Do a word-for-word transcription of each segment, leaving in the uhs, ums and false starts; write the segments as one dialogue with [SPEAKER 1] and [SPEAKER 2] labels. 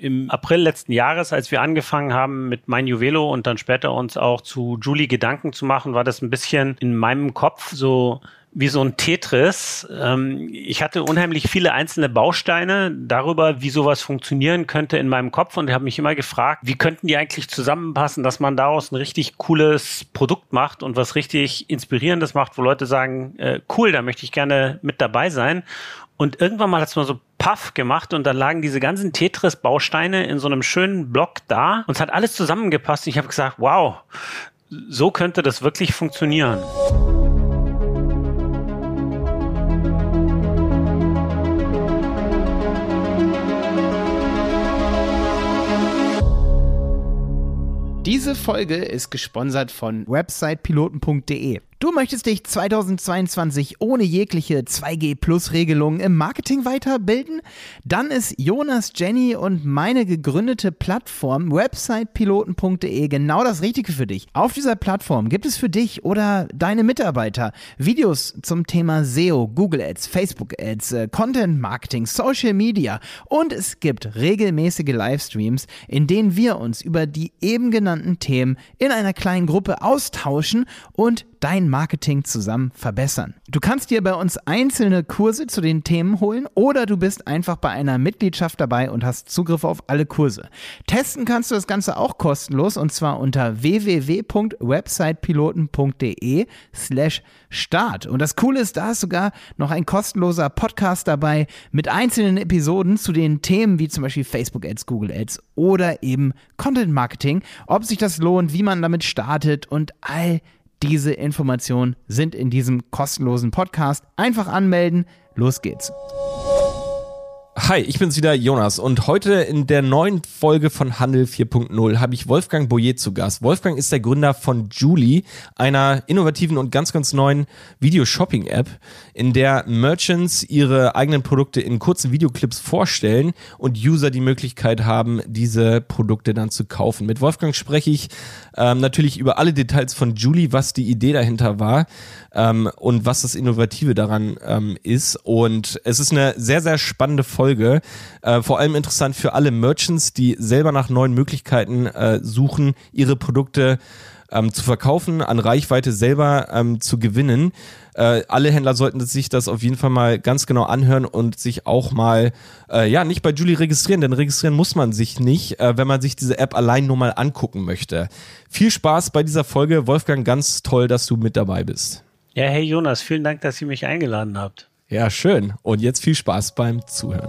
[SPEAKER 1] im April letzten Jahres, als wir angefangen haben mit Mein Juvelo und dann später uns auch zu Jooli Gedanken zu machen, war das ein bisschen in meinem Kopf so wie so ein Tetris. Ähm, ich hatte unheimlich viele einzelne Bausteine darüber, wie sowas funktionieren könnte in meinem Kopf und habe mich immer gefragt, wie könnten die eigentlich zusammenpassen, dass man daraus ein richtig cooles Produkt macht und was richtig Inspirierendes macht, wo Leute sagen, äh, cool, da möchte ich gerne mit dabei sein. Und irgendwann mal hat es mal so Puff gemacht und dann lagen diese ganzen Tetris-Bausteine in so einem schönen Block da und es hat alles zusammengepasst. Und ich habe gesagt, wow, so könnte das wirklich funktionieren.
[SPEAKER 2] Diese Folge ist gesponsert von websitepiloten punkt de. Du möchtest dich zweitausendzweiundzwanzig ohne jegliche zwei G Plus Regelung im Marketing weiterbilden? Dann ist Jonas, Jenny und meine gegründete Plattform websitepiloten punkt de genau das Richtige für dich. Auf dieser Plattform gibt es für dich oder deine Mitarbeiter Videos zum Thema S E O, Google Ads, Facebook Ads, Content Marketing, Social Media und es gibt regelmäßige Livestreams, in denen wir uns über die eben genannten Themen in einer kleinen Gruppe austauschen und dein Marketing zusammen verbessern. Du kannst dir bei uns einzelne Kurse zu den Themen holen oder du bist einfach bei einer Mitgliedschaft dabei und hast Zugriff auf alle Kurse. Testen kannst du das Ganze auch kostenlos und zwar unter w w w punkt websitepiloten punkt de slash start. Und das Coole ist, da ist sogar noch ein kostenloser Podcast dabei mit einzelnen Episoden zu den Themen wie zum Beispiel Facebook Ads, Google Ads oder eben Content Marketing, ob sich das lohnt, wie man damit startet und all diese Informationen sind in diesem kostenlosen Podcast. Einfach anmelden, los geht's.
[SPEAKER 3] Hi, ich bin's wieder, Jonas, und heute in der neuen Folge von Handel vier punkt null habe ich Wolfgang Boyer zu Gast. Wolfgang ist der Gründer von Jooli, einer innovativen und ganz, ganz neuen Video-Shopping-App, in der Merchants ihre eigenen Produkte in kurzen Videoclips vorstellen und User die Möglichkeit haben, diese Produkte dann zu kaufen. Mit Wolfgang spreche ich ähm, natürlich über alle Details von Jooli, was die Idee dahinter war ähm, und was das Innovative daran ähm, ist. Und es ist eine sehr, sehr spannende Folge. Folge. Äh, vor allem interessant für alle Merchants, die selber nach neuen Möglichkeiten äh, suchen, ihre Produkte ähm, zu verkaufen, an Reichweite selber ähm, zu gewinnen. Äh, alle Händler sollten sich das auf jeden Fall mal ganz genau anhören und sich auch mal, äh, ja, nicht bei Jooli registrieren, denn registrieren muss man sich nicht, äh, wenn man sich diese App allein nur mal angucken möchte. Viel Spaß bei dieser Folge. Wolfgang, ganz toll, dass du mit dabei bist.
[SPEAKER 1] Ja, hey Jonas, vielen Dank, dass ihr mich eingeladen habt.
[SPEAKER 3] Ja, schön. Und jetzt viel Spaß beim Zuhören.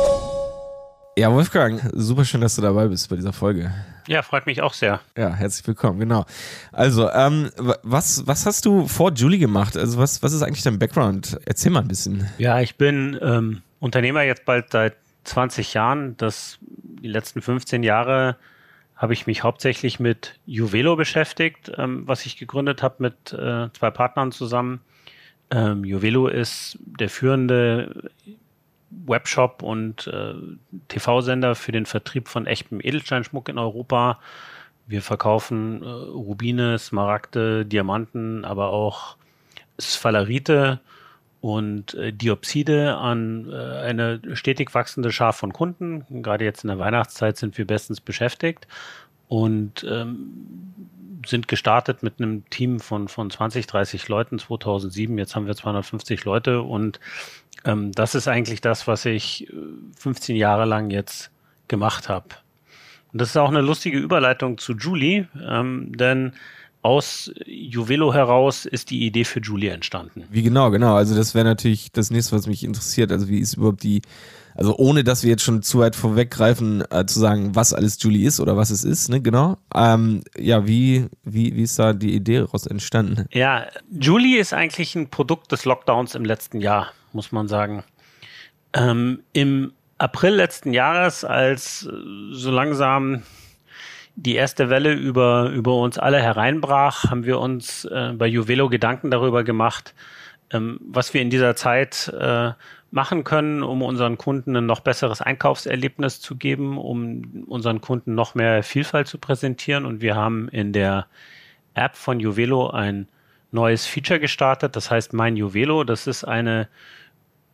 [SPEAKER 3] Ja, Wolfgang, super schön, dass du dabei bist bei dieser Folge.
[SPEAKER 1] Ja, freut mich auch sehr.
[SPEAKER 3] Ja, herzlich willkommen, genau. Also, ähm, was, was hast du vor Jooli gemacht? Also, was, was ist eigentlich dein Background? Erzähl mal ein bisschen.
[SPEAKER 1] Ja, ich bin ähm, Unternehmer jetzt bald seit zwanzig Jahren. Das, die letzten fünfzehn Jahre habe ich mich hauptsächlich mit Juvelo beschäftigt, ähm, was ich gegründet habe mit äh, zwei Partnern zusammen. Ähm, Juvelo ist der führende Webshop und äh, T V-Sender für den Vertrieb von echtem Edelsteinschmuck in Europa. Wir verkaufen äh, Rubine, Smaragde, Diamanten, aber auch Sphalerite und äh, Diopside an äh, eine stetig wachsende Schar von Kunden. Gerade jetzt in der Weihnachtszeit sind wir bestens beschäftigt und ähm, sind gestartet mit einem Team von, von zwanzig, dreißig Leuten zweitausendsieben. Jetzt haben wir zweihundertfünfzig Leute und ähm, das ist eigentlich das, was ich fünfzehn Jahre lang jetzt gemacht habe. Und das ist auch eine lustige Überleitung zu Jooli, ähm, denn aus Juvelo heraus ist die Idee für Jooli entstanden.
[SPEAKER 3] Wie genau, genau. Also das wäre natürlich das nächste, was mich interessiert. Also wie ist überhaupt die, also ohne, dass wir jetzt schon zu weit vorweggreifen, äh, zu sagen, was alles Jooli ist oder was es ist, ne, genau. Ähm, ja, wie, wie, wie ist da die Idee daraus entstanden?
[SPEAKER 1] Ja, Jooli ist eigentlich ein Produkt des Lockdowns im letzten Jahr, muss man sagen. Ähm, im April letzten Jahres, als äh, so langsam die erste Welle über, über uns alle hereinbrach, haben wir uns äh, bei Juvelo Gedanken darüber gemacht, ähm, was wir in dieser Zeit äh, machen können, um unseren Kunden ein noch besseres Einkaufserlebnis zu geben, um unseren Kunden noch mehr Vielfalt zu präsentieren. Und wir haben in der App von Juvelo ein neues Feature gestartet, das heißt Mein Juvelo. Das ist eine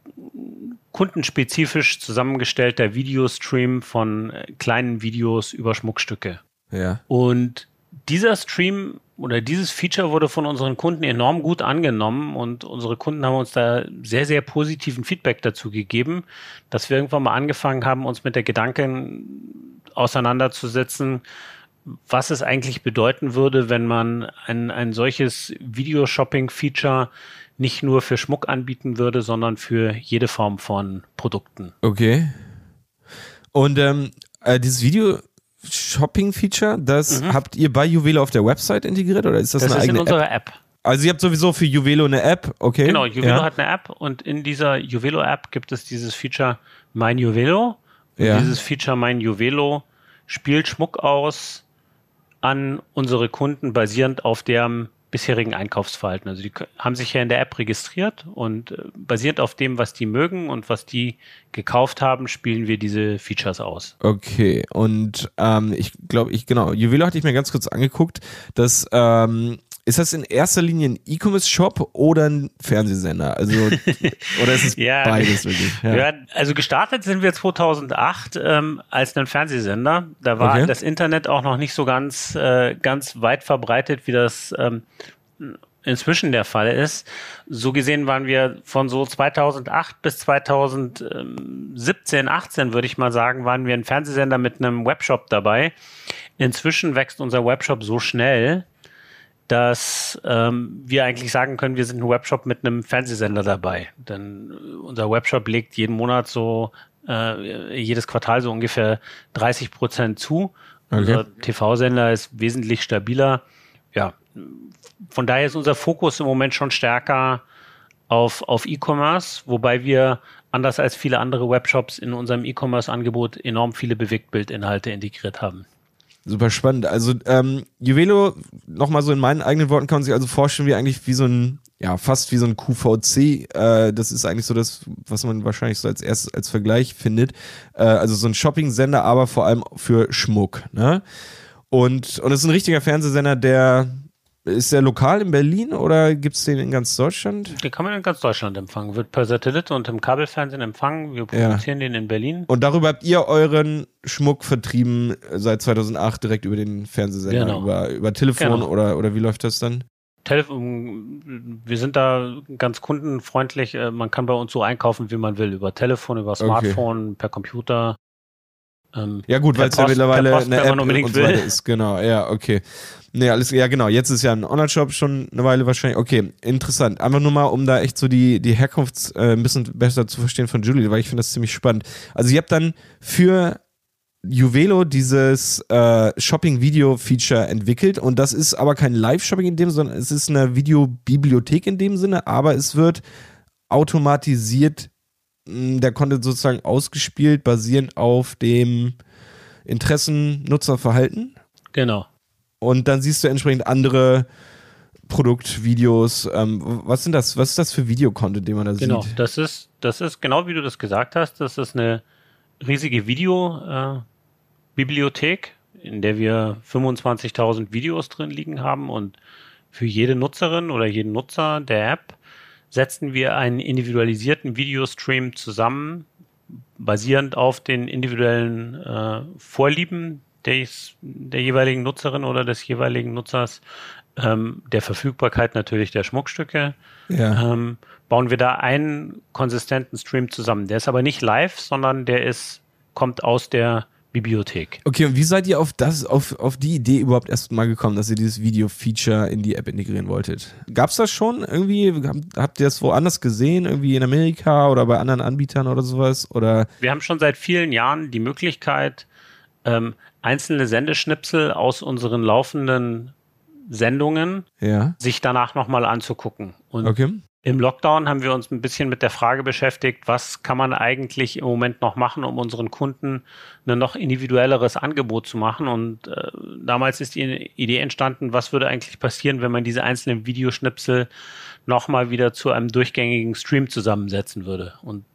[SPEAKER 1] kundenspezifisch zusammengestellter Videostream von kleinen Videos über Schmuckstücke.
[SPEAKER 3] Ja.
[SPEAKER 1] Und dieser Stream oder dieses Feature wurde von unseren Kunden enorm gut angenommen und unsere Kunden haben uns da sehr, sehr positiven Feedback dazu gegeben, dass wir irgendwann mal angefangen haben, uns mit der Gedanken auseinanderzusetzen, was es eigentlich bedeuten würde, wenn man ein, ein solches Videoshopping-Feature nicht nur für Schmuck anbieten würde, sondern für jede Form von Produkten.
[SPEAKER 3] Okay. Und ähm, äh, dieses Video Shopping-Feature, das mhm. habt ihr bei Juvelo auf der Website integriert oder ist das,
[SPEAKER 1] das
[SPEAKER 3] eine
[SPEAKER 1] ist
[SPEAKER 3] eigene
[SPEAKER 1] in unserer App?
[SPEAKER 3] App? Also ihr habt sowieso für Juvelo eine App, okay?
[SPEAKER 1] Genau, Juvelo
[SPEAKER 3] ja.
[SPEAKER 1] hat eine App und in dieser Juvelo-App gibt es dieses Feature Mein Juvelo.
[SPEAKER 3] Ja.
[SPEAKER 1] Dieses Feature Mein Juvelo spielt Schmuck aus an unsere Kunden basierend auf deren bisherigen Einkaufsverhalten. Also die haben sich ja in der App registriert und basierend auf dem, was die mögen und was die gekauft haben, spielen wir diese Features aus.
[SPEAKER 3] Okay, und ähm, ich glaube, ich genau, Juvelo hatte ich mir ganz kurz angeguckt, dass ähm, ist das in erster Linie ein E-Commerce-Shop oder ein Fernsehsender? Also oder ist es
[SPEAKER 1] ja,
[SPEAKER 3] beides wirklich? Ja.
[SPEAKER 1] Ja, also gestartet sind wir zweitausendacht ähm, als ein Fernsehsender. Da war
[SPEAKER 3] Okay.
[SPEAKER 1] das Internet auch noch nicht so ganz äh, ganz weit verbreitet, wie das ähm, inzwischen der Fall ist. So gesehen waren wir von so zweitausendacht bis zweitausendsiebzehn, achtzehn würde ich mal sagen, waren wir ein Fernsehsender mit einem Webshop dabei. Inzwischen wächst unser Webshop so schnell, dass ähm, wir eigentlich sagen können, wir sind ein Webshop mit einem Fernsehsender dabei. Denn unser Webshop legt jeden Monat so, äh, jedes Quartal so ungefähr dreißig Prozent zu.
[SPEAKER 3] Okay.
[SPEAKER 1] Unser T V-Sender ist wesentlich stabiler. Ja, von daher ist unser Fokus im Moment schon stärker auf, auf E-Commerce, wobei wir anders als viele andere Webshops in unserem E-Commerce-Angebot enorm viele Bewegtbildinhalte integriert haben.
[SPEAKER 3] Super spannend. Also ähm, Juvelo, nochmal so in meinen eigenen Worten, kann man sich also vorstellen, wie eigentlich wie so ein, ja, fast wie so ein Q V C. Äh, das ist eigentlich so das, was man wahrscheinlich so als erstes als Vergleich findet. Äh, also so ein Shopping-Sender, aber vor allem für Schmuck. Ne? Und, und es ist ein richtiger Fernsehsender, der ist der lokal in Berlin oder gibt es den in ganz Deutschland?
[SPEAKER 1] Den kann man in ganz Deutschland empfangen. Wird per Satellit und im Kabelfernsehen empfangen. Wir produzieren ja. den in Berlin.
[SPEAKER 3] Und darüber habt ihr euren Schmuck vertrieben seit zweitausendacht direkt über den Fernsehsender,
[SPEAKER 1] genau.
[SPEAKER 3] über, über Telefon
[SPEAKER 1] genau.
[SPEAKER 3] oder, oder wie läuft das dann?
[SPEAKER 1] Telefon, wir sind da ganz kundenfreundlich. Man kann bei uns so einkaufen, wie man will. Über Telefon, über Smartphone, okay. per Computer.
[SPEAKER 3] Ähm, ja gut, weil es ja mittlerweile
[SPEAKER 1] Post,
[SPEAKER 3] eine App
[SPEAKER 1] und
[SPEAKER 3] so weiter ist. Genau, ja, okay. Nee, alles, ja genau, jetzt ist ja ein Online-Shop schon eine Weile wahrscheinlich. Okay, interessant. Einfach nur mal, um da echt so die, die Herkunft äh, ein bisschen besser zu verstehen von Julie, weil ich finde das ziemlich spannend. Also ihr habt dann für Juvelo dieses äh, Shopping-Video-Feature entwickelt und das ist aber kein Live-Shopping in dem Sinne, sondern es ist eine Videobibliothek in dem Sinne, aber es wird automatisiert der Content sozusagen ausgespielt, basierend auf dem Interessen-Nutzerverhalten.
[SPEAKER 1] Genau.
[SPEAKER 3] Und dann siehst du entsprechend andere Produktvideos. Ähm, was sind das? Was ist das für Videocontent, den man da
[SPEAKER 1] genau.
[SPEAKER 3] sieht?
[SPEAKER 1] Genau, das ist, das ist genau wie du das gesagt hast. Das ist eine riesige Videobibliothek, äh, in der wir fünfundzwanzigtausend Videos drin liegen haben und für jede Nutzerin oder jeden Nutzer der App setzen wir einen individualisierten Videostream zusammen, basierend auf den individuellen äh, Vorlieben des, der jeweiligen Nutzerin oder des jeweiligen Nutzers, ähm, der Verfügbarkeit natürlich der Schmuckstücke,
[SPEAKER 3] ja.
[SPEAKER 1] ähm, bauen wir da einen konsistenten Stream zusammen. Der ist aber nicht live, sondern der ist, kommt aus der Bibliothek.
[SPEAKER 3] Okay, und wie seid ihr auf das, auf, auf die Idee überhaupt erst mal gekommen, dass ihr dieses Video-Feature in die App integrieren wolltet? Gab's das schon irgendwie? Habt ihr das woanders gesehen? Irgendwie in Amerika oder bei anderen Anbietern oder sowas? Oder?
[SPEAKER 1] Wir haben schon seit vielen Jahren die Möglichkeit, ähm, einzelne Sendeschnipsel aus unseren laufenden Sendungen
[SPEAKER 3] ja.
[SPEAKER 1] sich danach nochmal anzugucken. Und
[SPEAKER 3] okay.
[SPEAKER 1] im Lockdown haben wir uns ein bisschen mit der Frage beschäftigt, was kann man eigentlich im Moment noch machen, um unseren Kunden ein noch individuelleres Angebot zu machen. Und äh, damals ist die Idee entstanden, was würde eigentlich passieren, wenn man diese einzelnen Videoschnipsel nochmal wieder zu einem durchgängigen Stream zusammensetzen würde. Und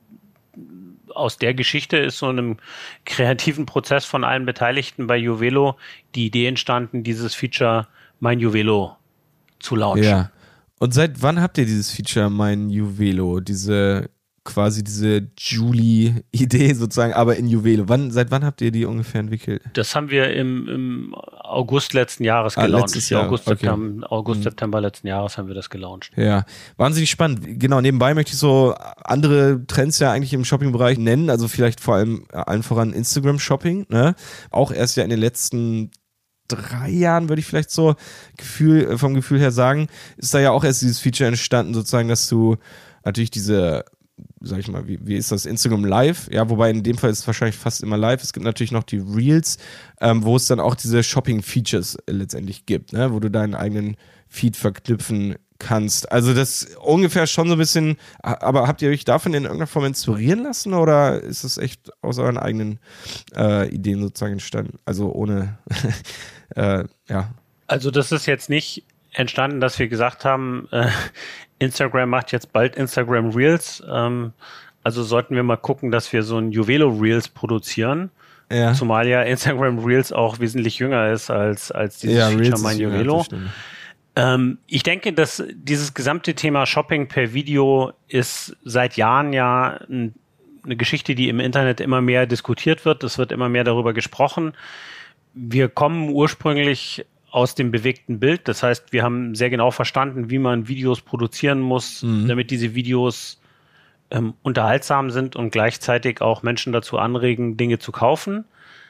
[SPEAKER 1] aus der Geschichte ist so einem kreativen Prozess von allen Beteiligten bei Juvelo die Idee entstanden, dieses Feature Mein Juvelo zu launchen.
[SPEAKER 3] Ja. Und seit wann habt ihr dieses Feature Mein Juvelo? Diese quasi diese Julie-Idee sozusagen, aber in Juvelo. Wann, seit wann habt ihr die ungefähr entwickelt?
[SPEAKER 1] Das haben wir im, im August letzten Jahres
[SPEAKER 3] ah,
[SPEAKER 1] gelauncht.
[SPEAKER 3] Letztes Jahr.
[SPEAKER 1] August,
[SPEAKER 3] okay.
[SPEAKER 1] September, August, September letzten Jahres haben wir das gelauncht.
[SPEAKER 3] Ja, wahnsinnig spannend. Genau, nebenbei möchte ich so andere Trends ja eigentlich im Shopping-Bereich nennen, also vielleicht vor allem allen voran Instagram-Shopping, ne? Auch erst ja in den letzten drei Jahren, würde ich vielleicht so Gefühl, vom Gefühl her sagen, ist da ja auch erst dieses Feature entstanden, sozusagen, dass du natürlich diese, sag ich mal, wie, wie ist das, Instagram Live, ja, wobei in dem Fall ist es wahrscheinlich fast immer live, es gibt natürlich noch die Reels, ähm, wo es dann auch diese Shopping-Features letztendlich gibt, ne, wo du deinen eigenen Feed verknüpfen kannst. Also das ungefähr schon so ein bisschen, aber habt ihr euch davon in irgendeiner Form inspirieren lassen oder ist es echt aus euren eigenen äh, Ideen sozusagen entstanden? Also ohne, äh, ja.
[SPEAKER 1] Also das ist jetzt nicht entstanden, dass wir gesagt haben, äh, Instagram macht jetzt bald Instagram Reels. Ähm, also sollten wir mal gucken, dass wir so ein Juvelo Reels produzieren. Ja. Zumal ja Instagram Reels auch wesentlich jünger ist als, als dieses
[SPEAKER 3] ja,
[SPEAKER 1] Feature Mein Juvelo. Ähm, ich denke, dass dieses gesamte Thema Shopping per Video ist seit Jahren ja ein, eine Geschichte, die im Internet immer mehr diskutiert wird. Es wird immer mehr darüber gesprochen. Wir kommen ursprünglich aus dem bewegten Bild. Das heißt, wir haben sehr genau verstanden, wie man Videos produzieren muss, mhm. damit diese Videos ähm, unterhaltsam sind und gleichzeitig auch Menschen dazu anregen, Dinge zu kaufen.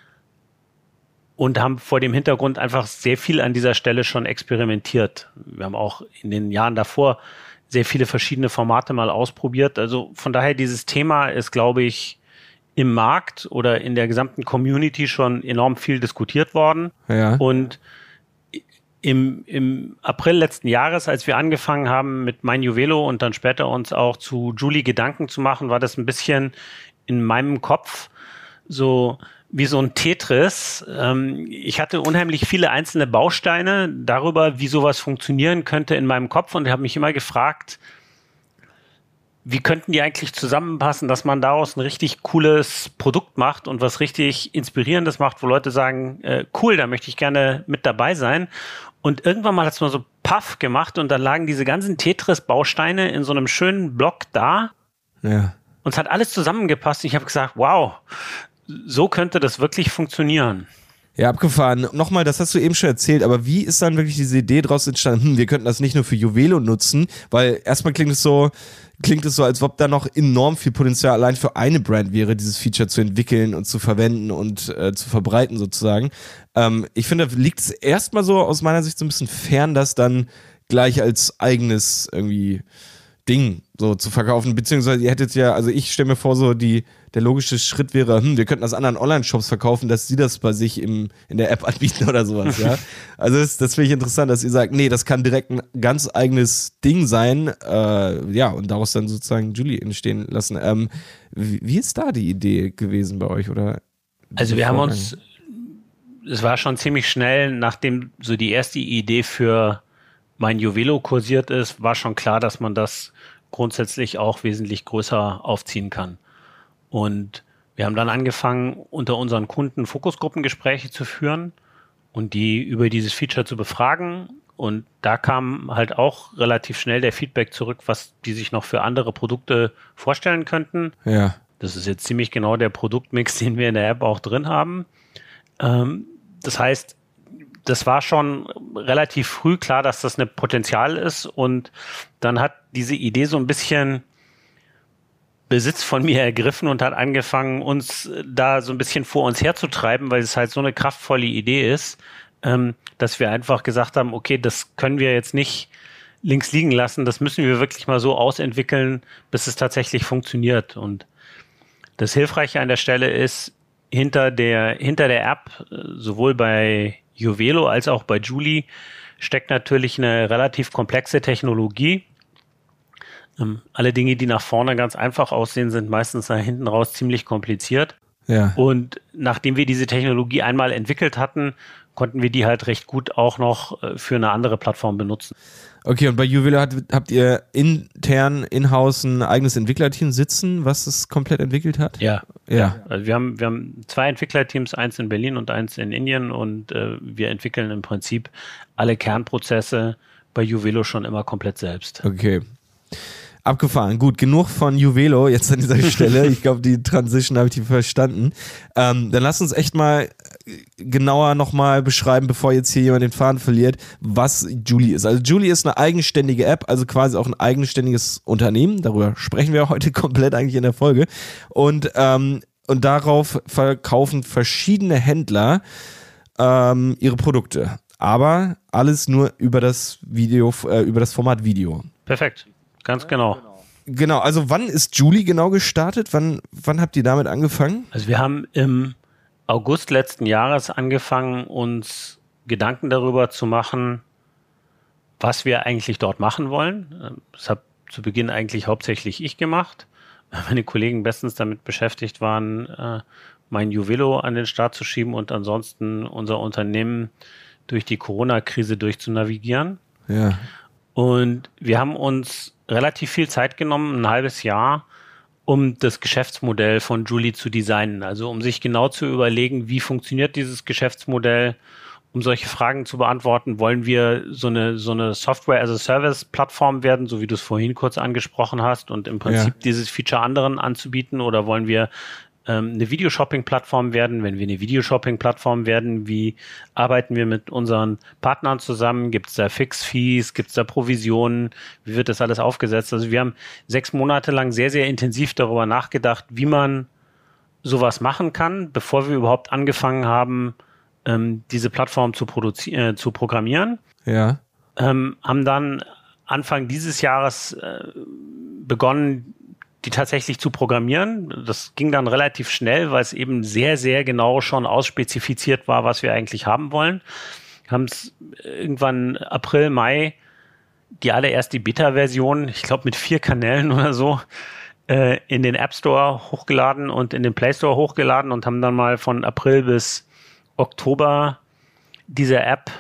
[SPEAKER 1] Und haben vor dem Hintergrund einfach sehr viel an dieser Stelle schon experimentiert. Wir haben auch in den Jahren davor sehr viele verschiedene Formate mal ausprobiert. Also von daher, dieses Thema ist, glaube ich, im Markt oder in der gesamten Community schon enorm viel diskutiert worden.
[SPEAKER 3] Ja.
[SPEAKER 1] Und im, im April letzten Jahres, als wir angefangen haben mit Mein Juvelo und dann später uns auch zu Julie Gedanken zu machen, war das ein bisschen in meinem Kopf so wie so ein Tetris. Ähm, ich hatte unheimlich viele einzelne Bausteine darüber, wie sowas funktionieren könnte in meinem Kopf und habe mich immer gefragt, wie könnten die eigentlich zusammenpassen, dass man daraus ein richtig cooles Produkt macht und was richtig Inspirierendes macht, wo Leute sagen, äh, cool, da möchte ich gerne mit dabei sein. Und irgendwann mal hat es mal so paff gemacht und dann lagen diese ganzen Tetris-Bausteine in so einem schönen Block da.
[SPEAKER 3] Ja.
[SPEAKER 1] Und es hat alles zusammengepasst. Ich habe gesagt, wow, so könnte das wirklich funktionieren.
[SPEAKER 3] Ja, abgefahren. Nochmal, das hast du eben schon erzählt, aber wie ist dann wirklich diese Idee draus entstanden, hm, wir könnten das nicht nur für Juvelo nutzen, weil erstmal klingt es so, klingt es so, als ob da noch enorm viel Potenzial allein für eine Brand wäre, dieses Feature zu entwickeln und zu verwenden und äh, zu verbreiten sozusagen. Ähm, ich finde, da liegt es erstmal so aus meiner Sicht so ein bisschen fern, das dann gleich als eigenes irgendwie Ding so zu verkaufen, beziehungsweise ihr hättet ja, also ich stelle mir vor, so die, der logische Schritt wäre, hm, wir könnten das anderen Online-Shops verkaufen, dass sie das bei sich im, in der App anbieten oder sowas, ja. Also das, das finde ich interessant, dass ihr sagt, nee, das kann direkt ein ganz eigenes Ding sein, äh, ja, und daraus dann sozusagen Julie entstehen lassen. Ähm, wie, wie ist da die Idee gewesen bei euch, oder?
[SPEAKER 1] Also wir haben uns, es war schon ziemlich schnell, nachdem so die erste Idee für Mein Juvelo kursiert ist, war schon klar, dass man das grundsätzlich auch wesentlich größer aufziehen kann. Und wir haben dann angefangen, unter unseren Kunden Fokusgruppengespräche zu führen und die über dieses Feature zu befragen. Und da kam halt auch relativ schnell der Feedback zurück, was die sich noch für andere Produkte vorstellen könnten.
[SPEAKER 3] Ja.
[SPEAKER 1] Das ist jetzt ziemlich genau der Produktmix, den wir in der App auch drin haben. Ähm, das heißt, das war schon relativ früh klar, dass das ein Potenzial ist und dann hat diese Idee so ein bisschen Besitz von mir ergriffen und hat angefangen, uns da so ein bisschen vor uns herzutreiben, weil es halt so eine kraftvolle Idee ist, ähm, dass wir einfach gesagt haben, okay, das können wir jetzt nicht links liegen lassen, das müssen wir wirklich mal so ausentwickeln, bis es tatsächlich funktioniert. Und das Hilfreiche an der Stelle ist, hinter der, hinter der App, sowohl bei Juvelo als auch bei Julie, steckt natürlich eine relativ komplexe Technologie. Ähm, alle Dinge, die nach vorne ganz einfach aussehen, sind meistens nach hinten raus ziemlich kompliziert.
[SPEAKER 3] Ja.
[SPEAKER 1] Und nachdem wir diese Technologie einmal entwickelt hatten, konnten wir die halt recht gut auch noch äh, für eine andere Plattform benutzen.
[SPEAKER 3] Okay, und bei Juvelo hat, habt ihr intern, in-house ein eigenes Entwicklerteam sitzen, was es komplett entwickelt hat?
[SPEAKER 1] Ja.
[SPEAKER 3] Ja.
[SPEAKER 1] ja. Also wir haben, wir haben zwei Entwicklerteams, eins in Berlin und eins in Indien und äh, wir entwickeln im Prinzip alle Kernprozesse bei Juvelo schon immer komplett selbst.
[SPEAKER 3] Okay. Abgefahren. Gut, genug von Juvelo jetzt an dieser Stelle. Ich glaube, die Transition habe ich die verstanden. Ähm, dann lass uns echt mal genauer nochmal beschreiben, bevor jetzt hier jemand den Faden verliert, was Jooli ist. Also Jooli ist eine eigenständige App, also quasi auch ein eigenständiges Unternehmen. Darüber sprechen wir heute komplett eigentlich in der Folge. Und, ähm, und darauf verkaufen verschiedene Händler ähm, ihre Produkte. Aber alles nur über das Video, äh, über das Format Video.
[SPEAKER 1] Perfekt. Ganz genau.
[SPEAKER 3] Genau, also wann ist Jooli genau gestartet? Wann, wann habt ihr damit angefangen?
[SPEAKER 1] Also wir haben im August letzten Jahres angefangen, uns Gedanken darüber zu machen, was wir eigentlich dort machen wollen. Das habe zu Beginn eigentlich hauptsächlich ich gemacht. Meine Kollegen bestens damit beschäftigt waren, mein Juvelo an den Start zu schieben und ansonsten unser Unternehmen durch die Corona-Krise durchzunavigieren.
[SPEAKER 3] Ja.
[SPEAKER 1] Und wir haben uns relativ viel Zeit genommen, ein halbes Jahr, um das Geschäftsmodell von Jooli zu designen. Also um sich genau zu überlegen, wie funktioniert dieses Geschäftsmodell, um solche Fragen zu beantworten. Wollen wir so eine, so eine Software-as-a-Service-Plattform werden, so wie du es vorhin kurz angesprochen hast, und im Prinzip ja. dieses Feature anderen anzubieten? Oder wollen wir eine Videoshopping-Plattform werden? Wenn wir eine Videoshopping-Plattform werden, wie arbeiten wir mit unseren Partnern zusammen? Gibt es da Fix-Fees? Gibt es da Provisionen? Wie wird das alles aufgesetzt? Also wir haben sechs Monate lang sehr, sehr intensiv darüber nachgedacht, wie man sowas machen kann, bevor wir überhaupt angefangen haben, ähm, diese Plattform zu produzieren, äh, zu programmieren.
[SPEAKER 3] Ja.
[SPEAKER 1] Ähm, haben dann Anfang dieses Jahres äh, begonnen, die tatsächlich zu programmieren. Das ging dann relativ schnell, weil es eben sehr, sehr genau schon ausspezifiziert war, was wir eigentlich haben wollen. Wir haben es irgendwann April, Mai, die allererste Beta-Version, ich glaube mit vier Kanälen oder so, äh, in den App Store hochgeladen und in den Play Store hochgeladen und haben dann mal von April bis Oktober diese App,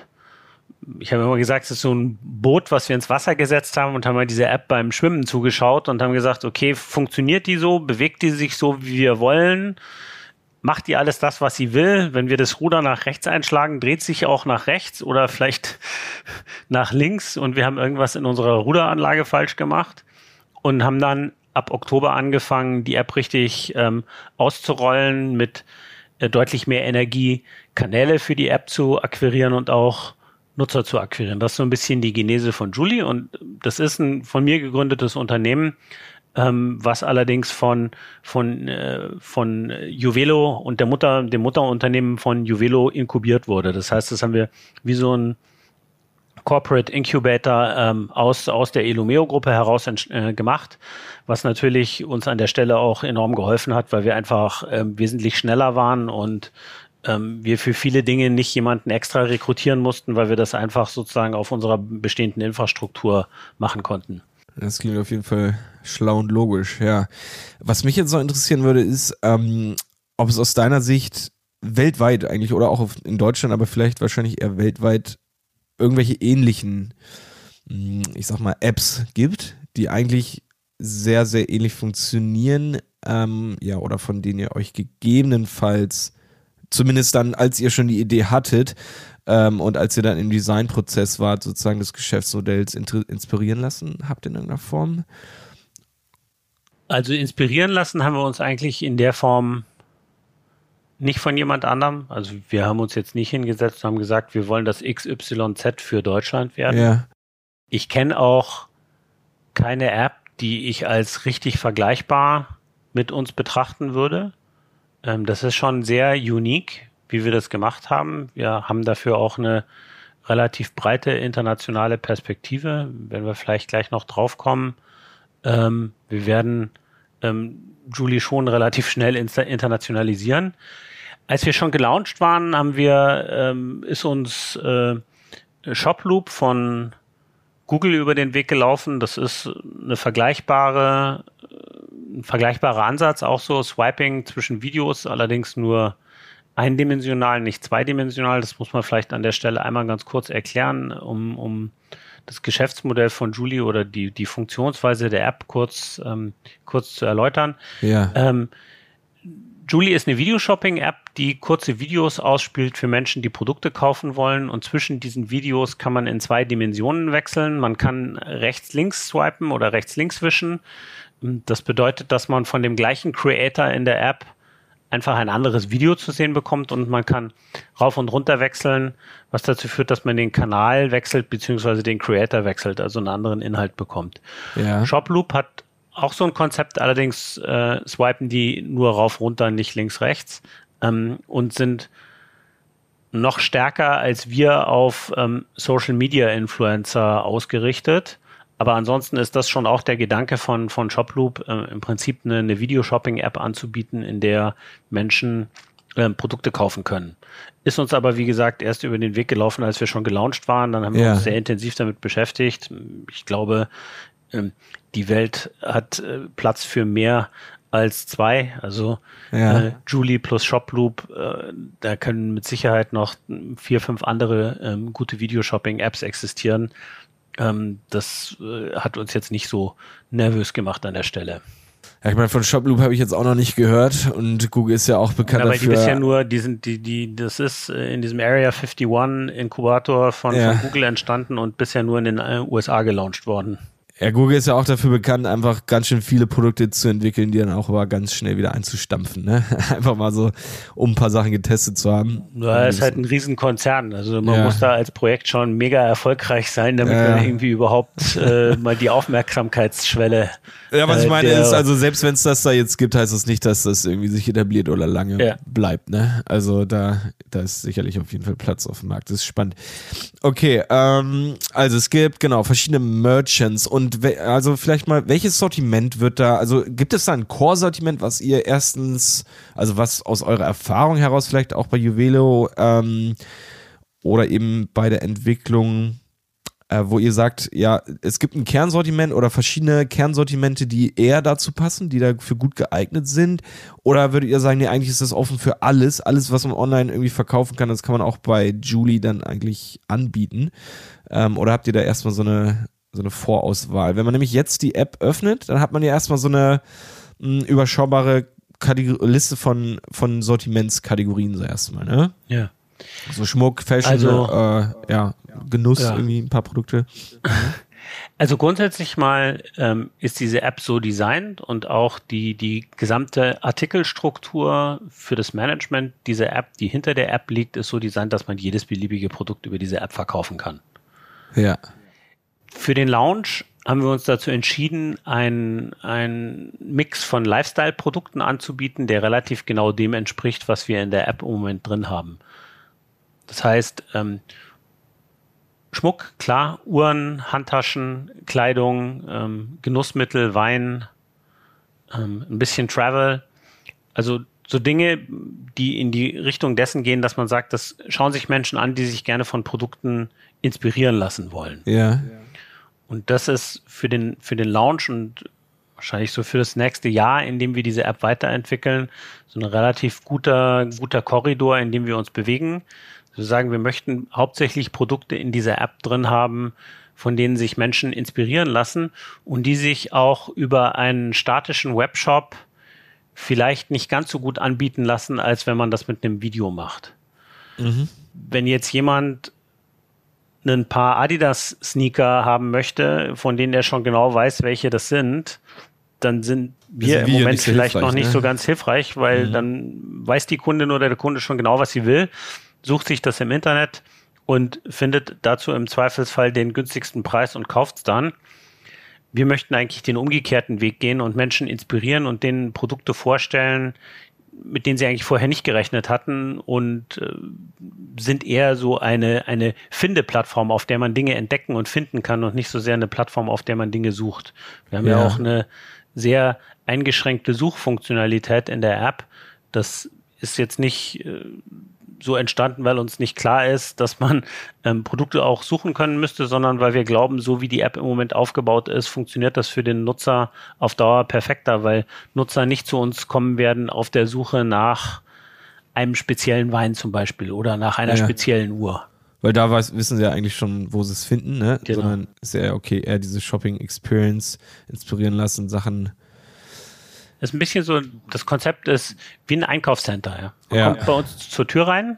[SPEAKER 1] ich habe immer gesagt, es ist so ein Boot, was wir ins Wasser gesetzt haben, und haben mal diese App beim Schwimmen zugeschaut und haben gesagt, okay, funktioniert die so? Bewegt die sich so, wie wir wollen? Macht die alles das, was sie will? Wenn wir das Ruder nach rechts einschlagen, dreht sich auch nach rechts oder vielleicht nach links, und wir haben irgendwas in unserer Ruderanlage falsch gemacht und haben dann ab Oktober angefangen, die App richtig ähm, auszurollen, mit äh, deutlich mehr Energie Kanäle für die App zu akquirieren und auch Nutzer zu akquirieren. Das ist so ein bisschen die Genese von Jooli, und das ist ein von mir gegründetes Unternehmen, ähm, was allerdings von von äh, von Juvelo und der Mutter, dem Mutterunternehmen von Juvelo inkubiert wurde. Das heißt, das haben wir wie so ein Corporate Incubator ähm, aus aus der Elomeo-Gruppe heraus äh, gemacht, was natürlich uns an der Stelle auch enorm geholfen hat, weil wir einfach ähm, wesentlich schneller waren und ähm, wir für viele Dinge nicht jemanden extra rekrutieren mussten, weil wir das einfach sozusagen auf unserer bestehenden Infrastruktur machen konnten.
[SPEAKER 3] Das klingt auf jeden Fall schlau und logisch, ja. Was mich jetzt noch interessieren würde, ist, ähm, ob es aus deiner Sicht weltweit eigentlich oder auch in Deutschland, aber vielleicht wahrscheinlich eher weltweit irgendwelche ähnlichen, ich sag mal, Apps gibt, die eigentlich sehr, sehr ähnlich funktionieren, ähm, ja, oder von denen ihr euch gegebenenfalls zumindest dann, als ihr schon die Idee hattet ähm, und als ihr dann im Designprozess wart, sozusagen des Geschäftsmodells inspirieren lassen habt in irgendeiner Form?
[SPEAKER 1] Also inspirieren lassen haben wir uns eigentlich in der Form nicht von jemand anderem. Also wir haben uns jetzt nicht hingesetzt und haben gesagt, wir wollen das X Y Z für Deutschland werden.
[SPEAKER 3] Ja.
[SPEAKER 1] Ich kenne auch keine App, die ich als richtig vergleichbar mit uns betrachten würde. Das ist schon sehr unique, wie wir das gemacht haben. Wir haben dafür auch eine relativ breite internationale Perspektive, wenn wir vielleicht gleich noch drauf kommen. Ähm, wir werden ähm, Jooli schon relativ schnell insta- internationalisieren. Als wir schon gelauncht waren, haben wir, ähm, ist uns äh, Shoploop von Google über den Weg gelaufen. Das ist eine vergleichbare ein vergleichbarer Ansatz, auch so Swiping zwischen Videos, allerdings nur eindimensional, nicht zweidimensional. Das muss man vielleicht an der Stelle einmal ganz kurz erklären, um, um das Geschäftsmodell von Jooli oder die, die Funktionsweise der App kurz, ähm, kurz zu erläutern.
[SPEAKER 3] Ja.
[SPEAKER 1] Ähm, Jooli ist eine Videoshopping-App, die kurze Videos ausspielt für Menschen, die Produkte kaufen wollen. Und zwischen diesen Videos kann man in zwei Dimensionen wechseln. Man kann rechts-links swipen oder rechts-links wischen. Das bedeutet, dass man von dem gleichen Creator in der App einfach ein anderes Video zu sehen bekommt und man kann rauf und runter wechseln, was dazu führt, dass man den Kanal wechselt beziehungsweise den Creator wechselt, also einen anderen Inhalt bekommt.
[SPEAKER 3] Ja.
[SPEAKER 1] Shoploop hat auch so ein Konzept, allerdings äh, swipen die nur rauf, runter, nicht links, rechts ähm, und sind noch stärker als wir auf ähm, Social-Media-Influencer ausgerichtet. Aber ansonsten ist das schon auch der Gedanke von, von Shoploop, äh, im Prinzip eine, eine Video-Shopping-App anzubieten, in der Menschen äh, Produkte kaufen können. Ist uns aber, wie gesagt, erst über den Weg gelaufen, als wir schon gelauncht waren. Dann haben wir
[SPEAKER 3] ja.
[SPEAKER 1] uns sehr intensiv damit beschäftigt. Ich glaube, ähm, die Welt hat äh, Platz für mehr als zwei. Also
[SPEAKER 3] ja.
[SPEAKER 1] äh, Jooli plus Shoploop, äh, da können mit Sicherheit noch vier, fünf andere ähm, gute Video-Shopping-Apps existieren. Ähm, das äh, hat uns jetzt nicht so nervös gemacht an der Stelle.
[SPEAKER 3] Ja, ich meine, von Shoploop habe ich jetzt auch noch nicht gehört und Google ist ja auch bekannt
[SPEAKER 1] ja,
[SPEAKER 3] dafür.
[SPEAKER 1] Aber die bisher nur, die sind, die, die, das ist in diesem Area einundfünfzig Inkubator von,
[SPEAKER 3] ja.
[SPEAKER 1] von Google entstanden und bisher nur in den U S A gelauncht worden.
[SPEAKER 3] Ja, Google ist ja auch dafür bekannt, einfach ganz schön viele Produkte zu entwickeln, die dann auch aber ganz schnell wieder einzustampfen, ne? Einfach mal so, um ein paar Sachen getestet zu haben.
[SPEAKER 1] Ja, ist halt ein Riesenkonzern. Also man
[SPEAKER 3] ja.
[SPEAKER 1] muss da als Projekt schon mega erfolgreich sein, damit
[SPEAKER 3] ja.
[SPEAKER 1] man irgendwie überhaupt äh, mal die Aufmerksamkeitsschwelle.
[SPEAKER 3] Ja, was
[SPEAKER 1] äh,
[SPEAKER 3] ich meine
[SPEAKER 1] der,
[SPEAKER 3] ist, also selbst wenn es das da jetzt gibt, heißt das nicht, dass das irgendwie sich etabliert oder lange
[SPEAKER 1] ja.
[SPEAKER 3] bleibt, ne? Also da, da ist sicherlich auf jeden Fall Platz auf dem Markt. Das ist spannend. Okay, ähm, also es gibt genau verschiedene Merchants und we- also vielleicht mal, welches Sortiment wird da, also gibt es da ein Core-Sortiment, was ihr erstens, also was aus eurer Erfahrung heraus vielleicht auch bei Juvelo ähm, oder eben bei der Entwicklung, äh, wo ihr sagt, ja, es gibt ein Kernsortiment oder verschiedene Kernsortimente, die eher dazu passen, die dafür gut geeignet sind? Oder würdet ihr sagen, nee, eigentlich ist das offen für alles, alles, was man online irgendwie verkaufen kann, das kann man auch bei Jooli dann eigentlich anbieten? Ähm, oder habt ihr da erstmal so eine so eine Vorauswahl? Wenn man nämlich jetzt die App öffnet, dann hat man ja erstmal so eine mh, überschaubare Kategor- Liste von, von Sortimentskategorien so erstmal, ne?
[SPEAKER 1] Ja.
[SPEAKER 3] So Schmuck, Fashion,
[SPEAKER 1] Also,
[SPEAKER 3] äh, ja, Genuss,
[SPEAKER 1] ja.
[SPEAKER 3] irgendwie ein paar Produkte.
[SPEAKER 1] Also grundsätzlich mal ähm, ist diese App so designt und auch die, die gesamte Artikelstruktur für das Management dieser App, die hinter der App liegt, ist so designt, dass man jedes beliebige Produkt über diese App verkaufen kann.
[SPEAKER 3] Ja.
[SPEAKER 1] Für den Launch haben wir uns dazu entschieden, ein, ein Mix von Lifestyle-Produkten anzubieten, der relativ genau dem entspricht, was wir in der App im Moment drin haben. Das heißt, ähm, Schmuck, klar, Uhren, Handtaschen, Kleidung, ähm, Genussmittel, Wein, ähm, ein bisschen Travel. Also so Dinge, die in die Richtung dessen gehen, dass man sagt, das schauen sich Menschen an, die sich gerne von Produkten inspirieren lassen wollen.
[SPEAKER 3] Ja.
[SPEAKER 1] Und das ist für den, für den Launch und wahrscheinlich so für das nächste Jahr, in dem wir diese App weiterentwickeln, so ein relativ guter, guter Korridor, in dem wir uns bewegen. Wir sagen, wir möchten hauptsächlich Produkte in dieser App drin haben, von denen sich Menschen inspirieren lassen und die sich auch über einen statischen Webshop vielleicht nicht ganz so gut anbieten lassen, als wenn man das mit einem Video macht. Mhm. Wenn jetzt jemand ein paar Adidas-Sneaker haben möchte, von denen er schon genau weiß, welche das sind, dann sind wir im Moment vielleicht noch nicht so ganz hilfreich, weil mhm. dann weiß die Kundin oder der Kunde schon genau, was sie will, sucht sich das im Internet und findet dazu im Zweifelsfall den günstigsten Preis und kauft es dann. Wir möchten eigentlich den umgekehrten Weg gehen und Menschen inspirieren und denen Produkte vorstellen, mit denen sie eigentlich vorher nicht gerechnet hatten und äh, sind eher so eine, eine Finde-Plattform, auf der man Dinge entdecken und finden kann und nicht so sehr eine Plattform, auf der man Dinge sucht. Wir haben ja, ja auch eine sehr eingeschränkte Suchfunktionalität in der App. Das ist jetzt nicht äh, so entstanden, weil uns nicht klar ist, dass man ähm, Produkte auch suchen können müsste, sondern weil wir glauben, so wie die App im Moment aufgebaut ist, funktioniert das für den Nutzer auf Dauer perfekter, weil Nutzer nicht zu uns kommen werden auf der Suche nach einem speziellen Wein zum Beispiel oder nach einer ja. speziellen Uhr.
[SPEAKER 3] Weil da weiß, wissen sie ja eigentlich schon, wo sie es finden, ne?
[SPEAKER 1] Genau.
[SPEAKER 3] Sondern ist ja okay, eher diese Shopping-Experience inspirieren lassen, Sachen
[SPEAKER 1] ist ein bisschen so, das Konzept ist wie ein Einkaufscenter. Ja. Man
[SPEAKER 3] Ja.
[SPEAKER 1] kommt bei uns zur Tür rein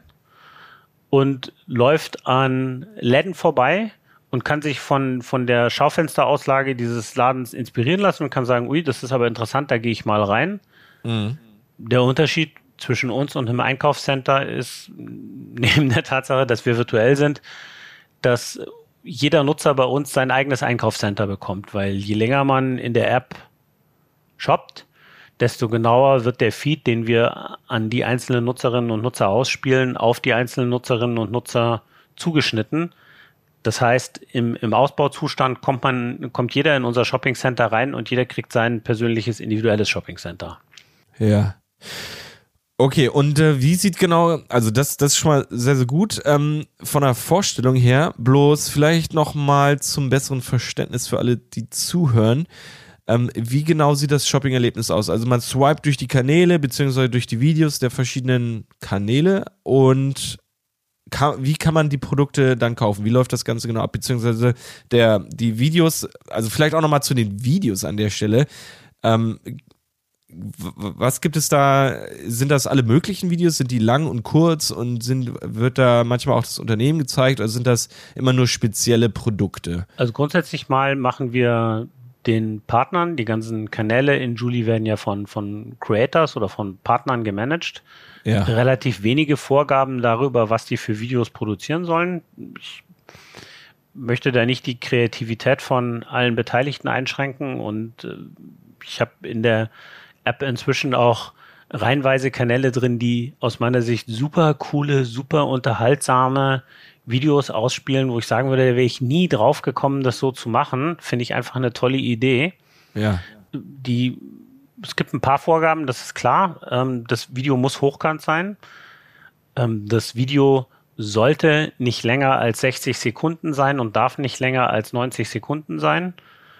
[SPEAKER 1] und läuft an Läden vorbei und kann sich von, von der Schaufensterauslage dieses Ladens inspirieren lassen und kann sagen, ui, das ist aber interessant, da gehe ich mal rein.
[SPEAKER 3] Mhm.
[SPEAKER 1] Der Unterschied zwischen uns und einem Einkaufscenter ist, neben der Tatsache, dass wir virtuell sind, dass jeder Nutzer bei uns sein eigenes Einkaufscenter bekommt, weil je länger man in der App shoppt, desto genauer wird der Feed, den wir an die einzelnen Nutzerinnen und Nutzer ausspielen, auf die einzelnen Nutzerinnen und Nutzer zugeschnitten. Das heißt, im, im Ausbauzustand kommt man, kommt jeder in unser Shopping Center rein und jeder kriegt sein persönliches, individuelles Shopping Center.
[SPEAKER 3] Ja. Okay, und äh, wie sieht genau, also das, das ist schon mal sehr, sehr gut, ähm, von der Vorstellung her, bloß vielleicht nochmal zum besseren Verständnis für alle, die zuhören, ähm, wie genau sieht das Shopping-Erlebnis aus? Also man swiped durch die Kanäle, beziehungsweise durch die Videos der verschiedenen Kanäle und Kann, wie kann man die Produkte dann kaufen? Wie läuft das Ganze genau ab? Beziehungsweise der, die Videos, also vielleicht auch nochmal zu den Videos an der Stelle. Ähm, w- was gibt es da? Sind das alle möglichen Videos? Sind die lang und kurz und sind, wird da manchmal auch das Unternehmen gezeigt oder sind das immer nur spezielle Produkte?
[SPEAKER 1] Also grundsätzlich mal machen wir den Partnern, die ganzen Kanäle in Jooli werden ja von, von Creators oder von Partnern gemanagt.
[SPEAKER 3] Ja.
[SPEAKER 1] Relativ wenige Vorgaben darüber, was die für Videos produzieren sollen. Ich möchte da nicht die Kreativität von allen Beteiligten einschränken und äh, ich habe in der App inzwischen auch reihenweise Kanäle drin, die aus meiner Sicht super coole, super unterhaltsame Videos ausspielen, wo ich sagen würde, da wäre ich nie drauf gekommen, das so zu machen. Finde ich einfach eine tolle Idee.
[SPEAKER 3] Ja.
[SPEAKER 1] Die Es gibt ein paar Vorgaben, das ist klar. Ähm, das Video muss hochkant sein. Ähm, das Video sollte nicht länger als sechzig Sekunden sein und darf nicht länger als neunzig Sekunden sein.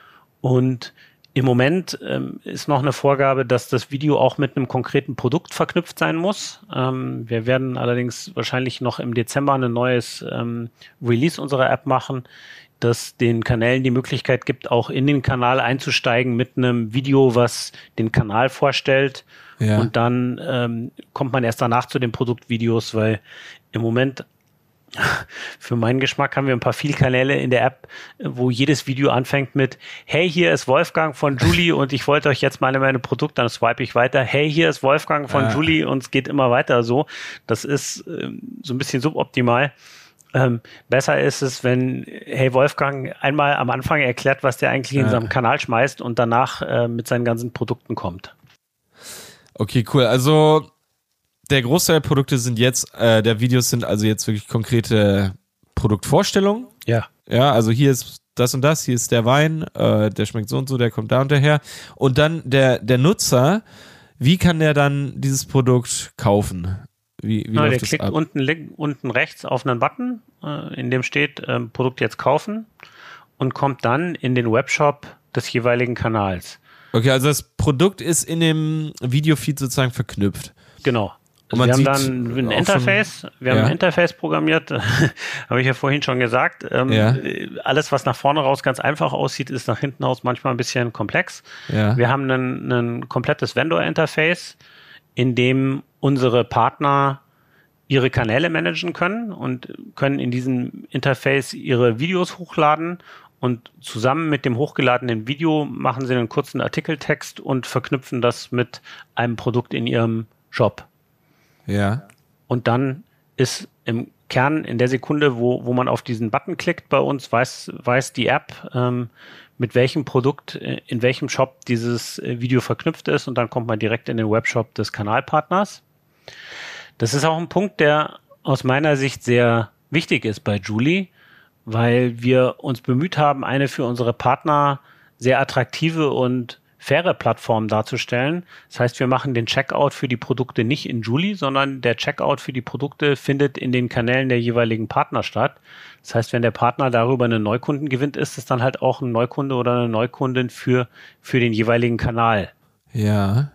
[SPEAKER 1] Und im Moment ähm, ist noch eine Vorgabe, dass das Video auch mit einem konkreten Produkt verknüpft sein muss. Ähm, wir werden allerdings wahrscheinlich noch im Dezember ein neues ähm, Release unserer App machen, das den Kanälen die Möglichkeit gibt, auch in den Kanal einzusteigen mit einem Video, was den Kanal vorstellt.
[SPEAKER 3] Ja.
[SPEAKER 1] Und dann ähm, kommt man erst danach zu den Produktvideos, weil im Moment für meinen Geschmack haben wir ein paar Vielkanäle in der App, wo jedes Video anfängt mit hey, hier ist Wolfgang von Jooli und ich wollte euch jetzt mal meine Produkte, dann swipe ich weiter. Hey, hier ist Wolfgang von
[SPEAKER 3] Ja.
[SPEAKER 1] Jooli und es geht immer weiter so. Das ist ähm, so ein bisschen suboptimal. Ähm, besser ist es, wenn hey Wolfgang einmal am Anfang erklärt, was der eigentlich in
[SPEAKER 3] Ja.
[SPEAKER 1] seinem Kanal schmeißt und danach äh, mit seinen ganzen Produkten kommt.
[SPEAKER 3] Okay, cool. Also der Großteil der Produkte sind jetzt, äh, der Videos sind also jetzt wirklich konkrete Produktvorstellungen.
[SPEAKER 1] Ja.
[SPEAKER 3] Ja, also hier ist das und das, hier ist der Wein, äh, der schmeckt so und so, der kommt da und daher. Und dann der, der Nutzer, wie kann der dann dieses Produkt kaufen? Wie, wie
[SPEAKER 1] Na, der
[SPEAKER 3] läuft das
[SPEAKER 1] klickt
[SPEAKER 3] ab?
[SPEAKER 1] unten, link, unten rechts auf einen Button, äh, in dem steht ähm, Produkt jetzt kaufen und kommt dann in den Webshop des jeweiligen Kanals.
[SPEAKER 3] Okay, also das Produkt ist in dem Videofeed sozusagen verknüpft.
[SPEAKER 1] Genau.
[SPEAKER 3] Und man
[SPEAKER 1] wir haben
[SPEAKER 3] sieht
[SPEAKER 1] dann ein
[SPEAKER 3] auch
[SPEAKER 1] Interface, wir
[SPEAKER 3] ja.
[SPEAKER 1] haben ein Interface programmiert, habe ich ja vorhin schon gesagt. Ähm,
[SPEAKER 3] Ja.
[SPEAKER 1] Alles, was nach vorne raus ganz einfach aussieht, ist nach hinten raus manchmal ein bisschen komplex.
[SPEAKER 3] Ja.
[SPEAKER 1] Wir haben ein, ein komplettes Vendor-Interface, in dem unsere Partner ihre Kanäle managen können und können in diesem Interface ihre Videos hochladen und zusammen mit dem hochgeladenen Video machen sie einen kurzen Artikeltext und verknüpfen das mit einem Produkt in ihrem Shop.
[SPEAKER 3] Ja.
[SPEAKER 1] Und dann ist im Kern in der Sekunde, wo, wo man auf diesen Button klickt bei uns, weiß, weiß die App, ähm, mit welchem Produkt, äh, in welchem Shop dieses äh, Video verknüpft ist und dann kommt man direkt in den Webshop des Kanalpartners. Das ist auch ein Punkt, der aus meiner Sicht sehr wichtig ist bei Jooli, weil wir uns bemüht haben, eine für unsere Partner sehr attraktive und faire Plattform darzustellen. Das heißt, wir machen den Checkout für die Produkte nicht in Jooli, sondern der Checkout für die Produkte findet in den Kanälen der jeweiligen Partner statt. Das heißt, wenn der Partner darüber einen Neukunden gewinnt, ist es dann halt auch ein Neukunde oder eine Neukundin für, für den jeweiligen Kanal.
[SPEAKER 3] Ja.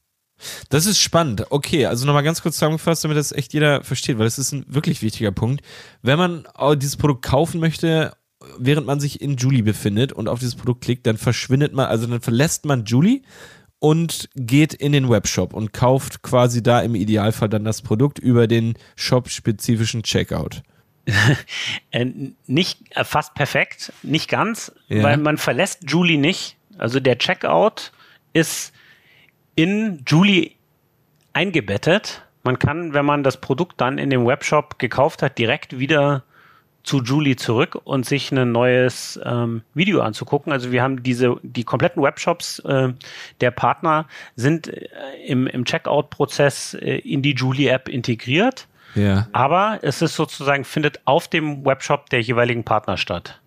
[SPEAKER 3] Das ist spannend. Okay, also nochmal ganz kurz zusammengefasst, damit das echt jeder versteht, weil das ist ein wirklich wichtiger Punkt. Wenn man dieses Produkt kaufen möchte, während man sich in Jooli befindet und auf dieses Produkt klickt, dann verschwindet man, also dann verlässt man Jooli und geht in den Webshop und kauft quasi da im Idealfall dann das Produkt über den shop-spezifischen Checkout.
[SPEAKER 1] äh, nicht äh, fast perfekt, nicht ganz,
[SPEAKER 3] Ja.
[SPEAKER 1] weil man verlässt Jooli nicht. Also der Checkout ist in Jooli eingebettet. Man kann, wenn man das Produkt dann in dem Webshop gekauft hat, direkt wieder zu Jooli zurück und sich ein neues ähm, Video anzugucken. Also wir haben diese, die kompletten Webshops äh, der Partner sind äh, im, im Checkout-Prozess äh, in die Jooli-App integriert.
[SPEAKER 3] Ja.
[SPEAKER 1] Aber es ist sozusagen, findet auf dem Webshop der jeweiligen Partner statt.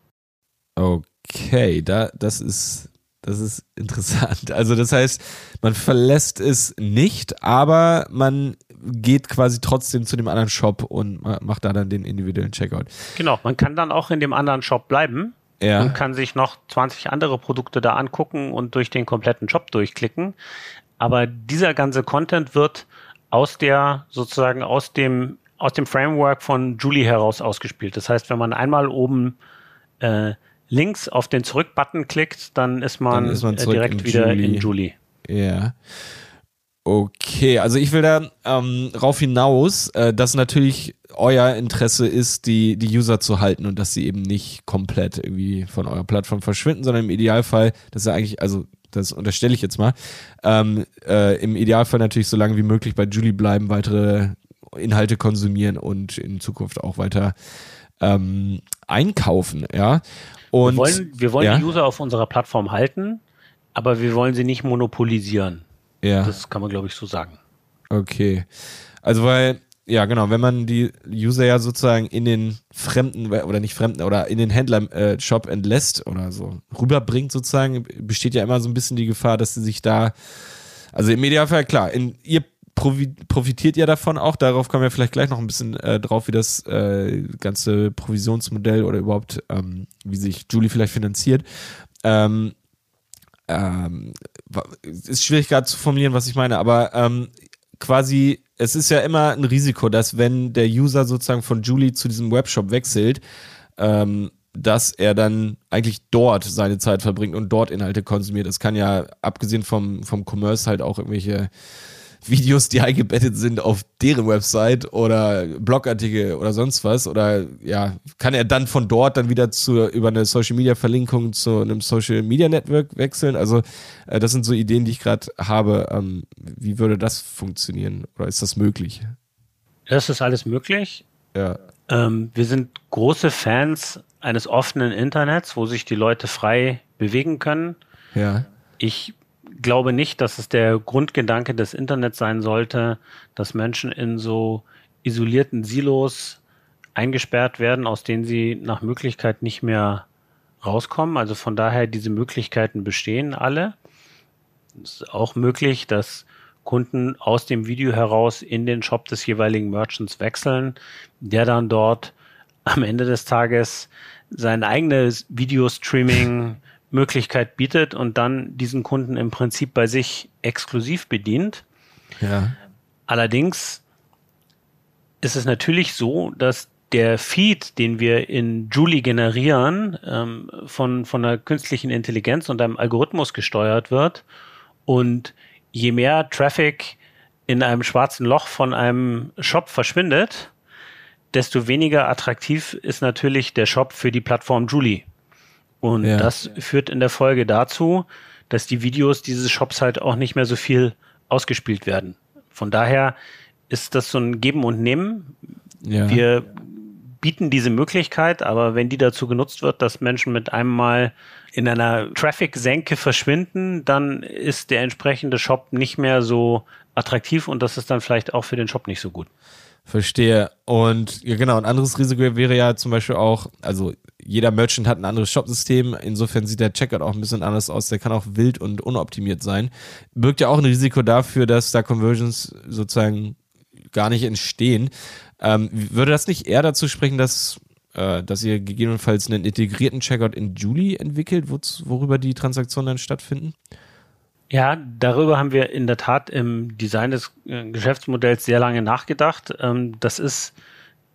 [SPEAKER 3] Okay, da, das ist, das ist interessant. Also das heißt, man verlässt es nicht, aber man geht quasi trotzdem zu dem anderen Shop und macht da dann den individuellen Checkout.
[SPEAKER 1] Genau, man kann dann auch in dem anderen Shop bleiben
[SPEAKER 3] Ja.
[SPEAKER 1] und kann sich noch zwanzig andere Produkte da angucken und durch den kompletten Shop durchklicken. Aber dieser ganze Content wird aus der, sozusagen aus dem, aus dem Framework von Jooli heraus ausgespielt. Das heißt, wenn man einmal oben äh, links auf den Zurück-Button klickt, dann ist man,
[SPEAKER 3] Dann ist man
[SPEAKER 1] äh,
[SPEAKER 3] zurück
[SPEAKER 1] direkt
[SPEAKER 3] in
[SPEAKER 1] wieder
[SPEAKER 3] Jooli.
[SPEAKER 1] in Jooli.
[SPEAKER 3] Ja. Okay, also ich will da ähm, rauf hinaus, äh, dass natürlich euer Interesse ist, die, die User zu halten und dass sie eben nicht komplett irgendwie von eurer Plattform verschwinden, sondern im Idealfall, das ist ja eigentlich, also das unterstelle ich jetzt mal, ähm, äh, im Idealfall natürlich so lange wie möglich bei Jooli bleiben, weitere Inhalte konsumieren und in Zukunft auch weiter ähm, einkaufen, ja. Und
[SPEAKER 1] wir wollen, wir wollen
[SPEAKER 3] ja?
[SPEAKER 1] die User auf unserer Plattform halten, aber wir wollen sie nicht monopolisieren.
[SPEAKER 3] Ja.
[SPEAKER 1] Das kann man, glaube ich, so sagen.
[SPEAKER 3] Okay. Also weil, ja genau, wenn man die User ja sozusagen in den fremden, oder nicht fremden, oder in den Händler-Shop äh, entlässt oder so rüberbringt sozusagen, besteht ja immer so ein bisschen die Gefahr, dass sie sich da, also im Idealfall, klar, in, ihr provi- profitiert ja davon auch, darauf kommen wir vielleicht gleich noch ein bisschen äh, drauf, wie das äh, ganze Provisionsmodell oder überhaupt, ähm, wie sich Jooli vielleicht finanziert. Ähm, Ähm, ist schwierig gerade zu formulieren, was ich meine, aber ähm, quasi, es ist ja immer ein Risiko, dass wenn der User sozusagen von Jooli zu diesem Webshop wechselt, ähm, dass er dann eigentlich dort seine Zeit verbringt und dort Inhalte konsumiert. Es kann ja, abgesehen vom, vom Commerce, halt auch irgendwelche Videos, die eingebettet sind auf deren Website oder Blogartikel oder sonst was, oder ja, kann er dann von dort dann wieder zu, über eine Social Media Verlinkung zu einem Social Media Network wechseln? Also äh, das sind so Ideen, die ich gerade habe. Ähm, wie würde das funktionieren oder ist das möglich?
[SPEAKER 1] Das ist alles möglich.
[SPEAKER 3] Ja.
[SPEAKER 1] Ähm, wir sind große Fans eines offenen Internets, wo sich die Leute frei bewegen können.
[SPEAKER 3] Ja.
[SPEAKER 1] Ich glaube nicht, dass es der Grundgedanke des Internets sein sollte, dass Menschen in so isolierten Silos eingesperrt werden, aus denen sie nach Möglichkeit nicht mehr rauskommen. Also von daher, diese Möglichkeiten bestehen alle. Es ist auch möglich, dass Kunden aus dem Video heraus in den Shop des jeweiligen Merchants wechseln, der dann dort am Ende des Tages sein eigenes Videostreaming Möglichkeit bietet und dann diesen Kunden im Prinzip bei sich exklusiv bedient.
[SPEAKER 3] Ja.
[SPEAKER 1] Allerdings ist es natürlich so, dass der Feed, den wir in Jooli generieren, ähm, von, von einer künstlichen Intelligenz und einem Algorithmus gesteuert wird. Und je mehr Traffic in einem schwarzen Loch von einem Shop verschwindet, desto weniger attraktiv ist natürlich der Shop für die Plattform Jooli. Und
[SPEAKER 3] Ja.
[SPEAKER 1] das führt in der Folge dazu, dass die Videos dieses Shops halt auch nicht mehr so viel ausgespielt werden. Von daher ist das so ein Geben und Nehmen.
[SPEAKER 3] Ja.
[SPEAKER 1] Wir bieten diese Möglichkeit, aber wenn die dazu genutzt wird, dass Menschen mit einem Mal in einer Traffic-Senke verschwinden, dann ist der entsprechende Shop nicht mehr so attraktiv und das ist dann vielleicht auch für den Shop nicht so gut.
[SPEAKER 3] Verstehe. Und ja, genau, ein anderes Risiko wäre ja zum Beispiel auch, also jeder Merchant hat ein anderes Shopsystem, insofern sieht der Checkout auch ein bisschen anders aus, der kann auch wild und unoptimiert sein. Birgt ja auch ein Risiko dafür, dass da Conversions sozusagen gar nicht entstehen. Ähm, würde das nicht eher dazu sprechen, dass, äh, dass ihr gegebenenfalls einen integrierten Checkout in Jooli entwickelt, wo, worüber die Transaktionen dann stattfinden?
[SPEAKER 1] Ja, darüber haben wir in der Tat im Design des äh, Geschäftsmodells sehr lange nachgedacht. Ähm, das ist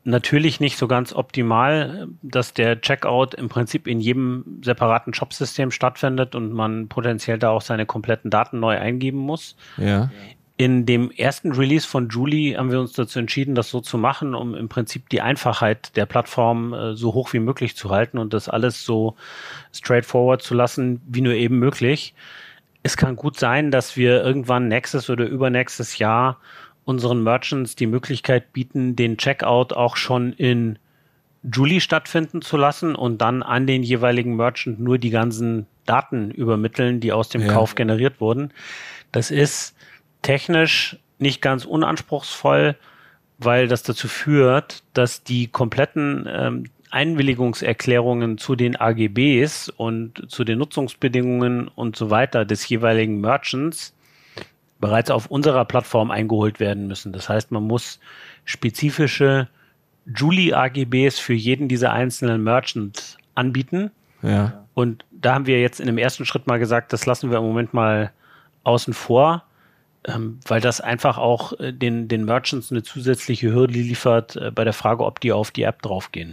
[SPEAKER 1] natürlich nicht so ganz optimal, dass der Checkout im Prinzip in jedem separaten Shop-System stattfindet und man potenziell da auch seine kompletten Daten neu eingeben muss.
[SPEAKER 3] Ja.
[SPEAKER 1] In dem ersten Release von Jooli haben wir uns dazu entschieden, das so zu machen, um im Prinzip die Einfachheit der Plattform äh, so hoch wie möglich zu halten und das alles so straightforward zu lassen, wie nur eben möglich. Es kann gut sein, dass wir irgendwann nächstes oder übernächstes Jahr unseren Merchants die Möglichkeit bieten, den Checkout auch schon in Jooli stattfinden zu lassen und dann an den jeweiligen Merchant nur die ganzen Daten übermitteln, die aus dem ja. Kauf generiert wurden. Das ist technisch nicht ganz unanspruchsvoll, weil das dazu führt, dass die kompletten ähm, Einwilligungserklärungen zu den A G Bs und zu den Nutzungsbedingungen und so weiter des jeweiligen Merchants bereits auf unserer Plattform eingeholt werden müssen. Das heißt, man muss spezifische Jooli-A G Bs für jeden dieser einzelnen Merchants anbieten.
[SPEAKER 3] Ja.
[SPEAKER 1] Und da haben wir jetzt in dem ersten Schritt mal gesagt, das lassen wir im Moment mal außen vor, ähm, weil das einfach auch äh, den, den Merchants eine zusätzliche Hürde liefert äh, bei der Frage, ob die auf die App draufgehen.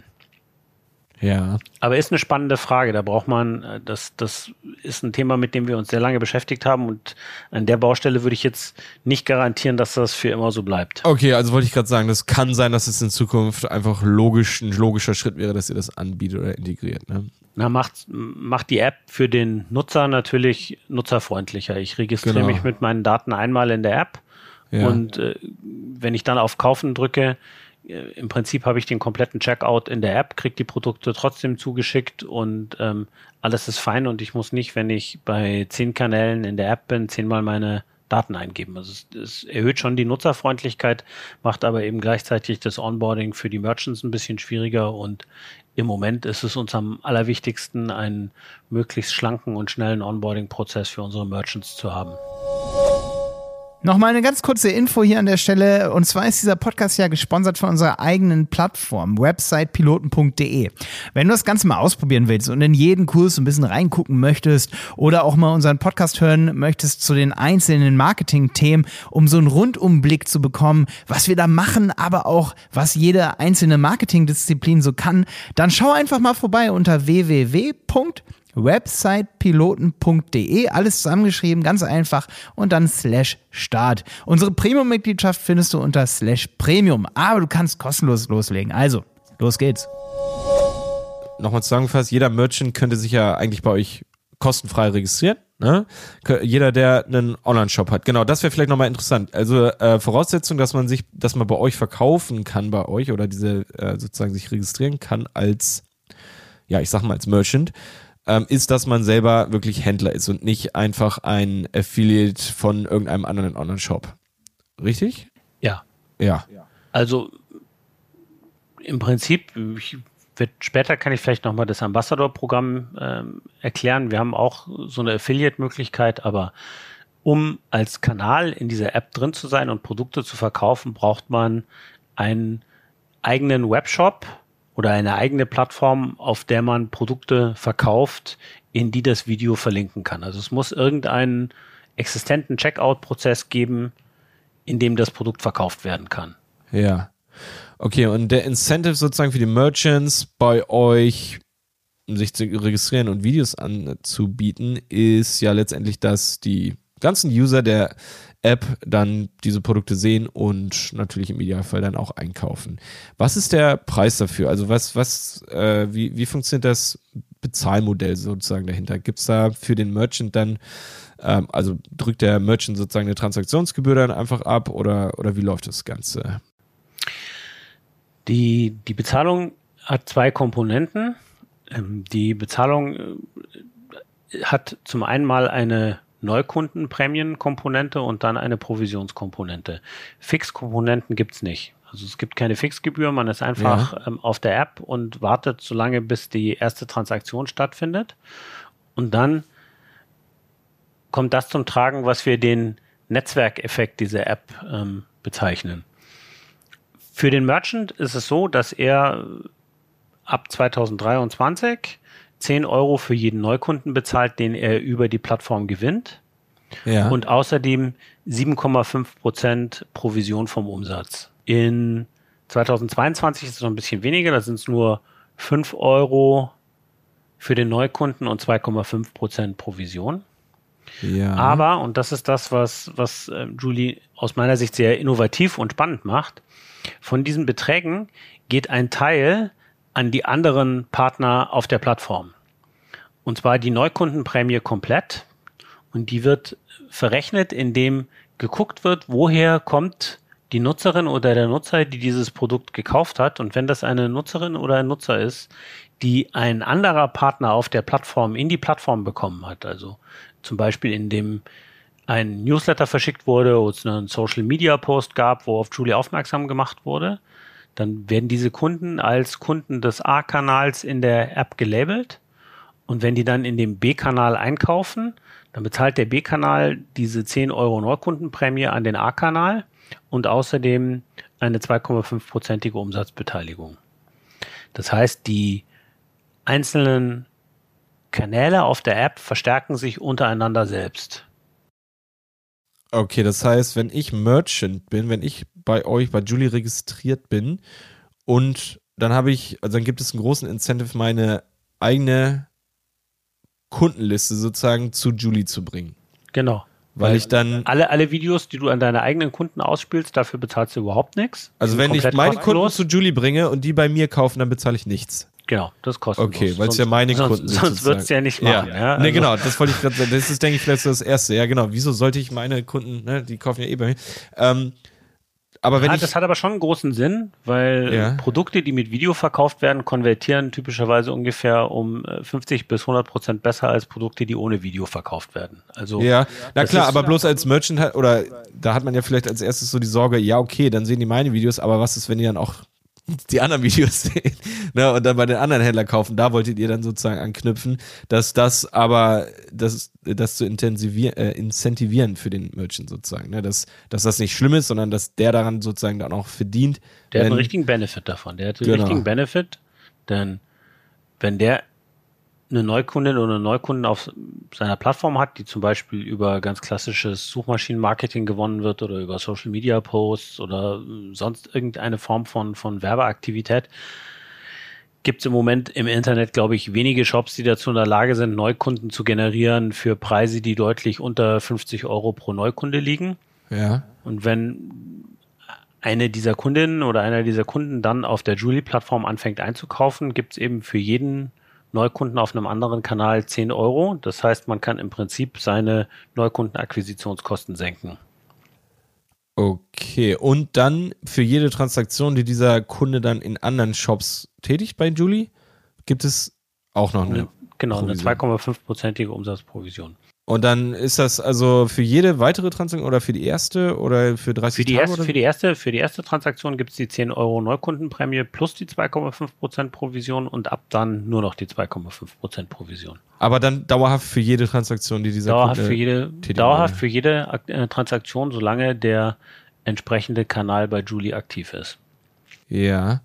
[SPEAKER 3] Ja.
[SPEAKER 1] Aber ist eine spannende Frage. Da braucht man, das, das ist ein Thema, mit dem wir uns sehr lange beschäftigt haben und an der Baustelle würde ich jetzt nicht garantieren, dass das für immer so bleibt.
[SPEAKER 3] Okay, also wollte ich gerade sagen, das kann sein, dass es in Zukunft einfach logisch, ein logischer Schritt wäre, dass ihr das anbietet oder integriert, ne?
[SPEAKER 1] Na, macht, macht die App für den Nutzer natürlich nutzerfreundlicher. Ich registriere
[SPEAKER 3] Genau.
[SPEAKER 1] mich mit meinen Daten einmal in der App
[SPEAKER 3] Ja.
[SPEAKER 1] und äh, wenn ich dann auf Kaufen drücke, im Prinzip habe ich den kompletten Checkout in der App, kriege die Produkte trotzdem zugeschickt und ähm, alles ist fein und ich muss nicht, wenn ich bei zehn Kanälen in der App bin, zehnmal meine Daten eingeben. Also es, es erhöht schon die Nutzerfreundlichkeit, macht aber eben gleichzeitig das Onboarding für die Merchants ein bisschen schwieriger und im Moment ist es uns am allerwichtigsten, einen möglichst schlanken und schnellen Onboarding-Prozess für unsere Merchants zu haben.
[SPEAKER 2] Nochmal eine ganz kurze Info hier an der Stelle. Und zwar ist dieser Podcast ja gesponsert von unserer eigenen Plattform, website piloten punkt de. Wenn du das Ganze mal ausprobieren willst und in jeden Kurs ein bisschen reingucken möchtest oder auch mal unseren Podcast hören möchtest zu den einzelnen Marketing-Themen, um so einen Rundumblick zu bekommen, was wir da machen, aber auch was jede einzelne Marketingdisziplin so kann, dann schau einfach mal vorbei unter w w w punkt website piloten punkt de, alles zusammengeschrieben, ganz einfach und dann slash Start. Unsere Premium-Mitgliedschaft findest du unter slash Premium, aber du kannst kostenlos loslegen. Also, los geht's.
[SPEAKER 3] Nochmal zusammengefasst, jeder Merchant könnte sich ja eigentlich bei euch kostenfrei registrieren. Ne? Jeder, der einen Online-Shop hat. Genau, das wäre vielleicht nochmal interessant. Also äh, Voraussetzung, dass man sich, dass man bei euch verkaufen kann bei euch oder diese äh, sozusagen sich registrieren kann als, ja, ich sag mal als Merchant, Ähm, ist, dass man selber wirklich Händler ist und nicht einfach ein Affiliate von irgendeinem anderen Online-Shop. Richtig?
[SPEAKER 1] Ja.
[SPEAKER 3] Ja.
[SPEAKER 1] Also im Prinzip, ich, wird, später kann ich vielleicht nochmal das Ambassador-Programm ähm, erklären. Wir haben auch so eine Affiliate-Möglichkeit, aber um als Kanal in dieser App drin zu sein und Produkte zu verkaufen, braucht man einen eigenen Webshop oder eine eigene Plattform, auf der man Produkte verkauft, in die das Video verlinken kann. Also es muss irgendeinen existenten Checkout-Prozess geben, in dem das Produkt verkauft werden kann.
[SPEAKER 3] Ja. Okay, und der Incentive sozusagen für die Merchants bei euch, um sich zu registrieren und Videos anzubieten, ist ja letztendlich, dass die ganzen User der App dann diese Produkte sehen und natürlich im Idealfall dann auch einkaufen. Was ist der Preis dafür? Also was, was, äh, wie, wie funktioniert das Bezahlmodell sozusagen dahinter? Gibt es da für den Merchant dann, ähm, also drückt der Merchant sozusagen eine Transaktionsgebühr dann einfach ab oder, oder wie läuft das Ganze?
[SPEAKER 1] Die, die Bezahlung hat zwei Komponenten. Ähm, die Bezahlung äh, hat zum einen mal eine Neukundenprämienkomponente und dann eine Provisionskomponente. Fixkomponenten gibt's nicht. Also es gibt keine Fixgebühr, man ist einfach ja. ähm, auf der App und wartet so lange, bis die erste Transaktion stattfindet. Und dann kommt das zum Tragen, was wir den Netzwerkeffekt dieser App ähm, bezeichnen. Für den Merchant ist es so, dass er ab zweitausenddreiundzwanzig zehn Euro für jeden Neukunden bezahlt, den er über die Plattform gewinnt.
[SPEAKER 3] Ja.
[SPEAKER 1] Und außerdem sieben Komma fünf Prozent Provision vom Umsatz. In zweitausendzweiundzwanzig ist es noch ein bisschen weniger, da sind es nur fünf Euro für den Neukunden und zwei Komma fünf Prozent Provision.
[SPEAKER 3] Ja.
[SPEAKER 1] Aber, und das ist das, was, was äh, Julie aus meiner Sicht sehr innovativ und spannend macht, von diesen Beträgen geht ein Teil an die anderen Partner auf der Plattform. Und zwar die Neukundenprämie komplett. Und die wird verrechnet, indem geguckt wird, woher kommt die Nutzerin oder der Nutzer, die dieses Produkt gekauft hat. Und wenn das eine Nutzerin oder ein Nutzer ist, die ein anderer Partner auf der Plattform in die Plattform bekommen hat, also zum Beispiel indem ein Newsletter verschickt wurde oder es einen Social-Media-Post gab, wo auf Julie aufmerksam gemacht wurde, dann werden diese Kunden als Kunden des A-Kanals in der App gelabelt. Und wenn die dann in dem B-Kanal einkaufen, dann bezahlt der B-Kanal diese zehn Euro Neukundenprämie an den A-Kanal und außerdem eine zwei Komma fünf Prozentige Umsatzbeteiligung. Das heißt, die einzelnen Kanäle auf der App verstärken sich untereinander selbst.
[SPEAKER 3] Okay, das heißt, wenn ich Merchant bin, wenn ich bei euch, bei Julie registriert bin und dann habe ich, also dann gibt es einen großen Incentive, meine eigene Kundenliste sozusagen zu Julie zu bringen.
[SPEAKER 1] Genau.
[SPEAKER 3] Weil, weil ich dann...
[SPEAKER 1] Alle, alle Videos, die du an deine eigenen Kunden ausspielst, dafür bezahlst du überhaupt nichts.
[SPEAKER 3] Also wenn ich meine Kunden zu Julie bringe und die bei mir kaufen, dann bezahle ich nichts.
[SPEAKER 1] Genau, das kostet.
[SPEAKER 3] Okay, weil es ja meine
[SPEAKER 1] sonst,
[SPEAKER 3] Kunden sind.
[SPEAKER 1] Sonst würdest du ja nicht machen. Ja. Ja,
[SPEAKER 3] nee,
[SPEAKER 1] also.
[SPEAKER 3] Genau, das wollte ich gerade sagen. Das ist, denke ich, vielleicht so das Erste. Ja, genau. Wieso sollte ich meine Kunden, ne, die kaufen ja eh bei mir. Ähm, aber wenn
[SPEAKER 1] ja,
[SPEAKER 3] ich,
[SPEAKER 1] das hat aber schon einen großen Sinn, weil
[SPEAKER 3] ja.
[SPEAKER 1] Produkte, die mit Video verkauft werden, konvertieren typischerweise ungefähr um fünfzig bis hundert Prozent besser als Produkte, die ohne Video verkauft werden. Also
[SPEAKER 3] ja, na klar, aber bloß als Merchant hat, oder da hat man ja vielleicht als erstes so die Sorge, ja, okay, dann sehen die meine Videos, aber was ist, wenn die dann auch die anderen Videos sehen, ne, und dann bei den anderen Händlern kaufen, da wolltet ihr dann sozusagen anknüpfen, dass das aber, das, das zu intensivieren, äh, incentivieren für den Merchant sozusagen, ne, dass, dass das nicht schlimm ist, sondern dass der daran sozusagen dann auch verdient.
[SPEAKER 1] Der
[SPEAKER 3] wenn,
[SPEAKER 1] hat einen richtigen Benefit davon, der hat einen
[SPEAKER 3] genau.
[SPEAKER 1] richtigen Benefit, denn wenn der eine Neukundin oder einen Neukunden auf seiner Plattform hat, die zum Beispiel über ganz klassisches Suchmaschinenmarketing gewonnen wird oder über Social Media Posts oder sonst irgendeine Form von, von Werbeaktivität, gibt es im Moment im Internet, glaube ich, wenige Shops, die dazu in der Lage sind, Neukunden zu generieren für Preise, die deutlich unter fünfzig Euro pro Neukunde liegen.
[SPEAKER 3] Ja.
[SPEAKER 1] Und wenn eine dieser Kundinnen oder einer dieser Kunden dann auf der Julie-Plattform anfängt einzukaufen, gibt es eben für jeden Neukunden auf einem anderen Kanal zehn Euro. Das heißt, man kann im Prinzip seine Neukundenakquisitionskosten senken.
[SPEAKER 3] Okay, und dann für jede Transaktion, die dieser Kunde dann in anderen Shops tätigt bei Julie, gibt es auch noch eine
[SPEAKER 1] Genau,
[SPEAKER 3] Provision.
[SPEAKER 1] Eine zwei Komma fünf Prozentige Umsatzprovision.
[SPEAKER 3] Und dann ist das also für jede weitere Transaktion oder für die erste oder für dreißig
[SPEAKER 1] für die
[SPEAKER 3] Tage?
[SPEAKER 1] Erste,
[SPEAKER 3] oder?
[SPEAKER 1] Für, die erste, für die erste Transaktion gibt es die zehn Euro Neukundenprämie plus die zwei Komma fünf Prozent Provision und ab dann nur noch die zwei Komma fünf Prozent Provision.
[SPEAKER 3] Aber dann dauerhaft für jede Transaktion, die dieser
[SPEAKER 1] dauerhaft
[SPEAKER 3] Kunde
[SPEAKER 1] für jede Dauerhaft für jede äh, Transaktion, solange der entsprechende Kanal bei Julie aktiv ist.
[SPEAKER 3] Ja.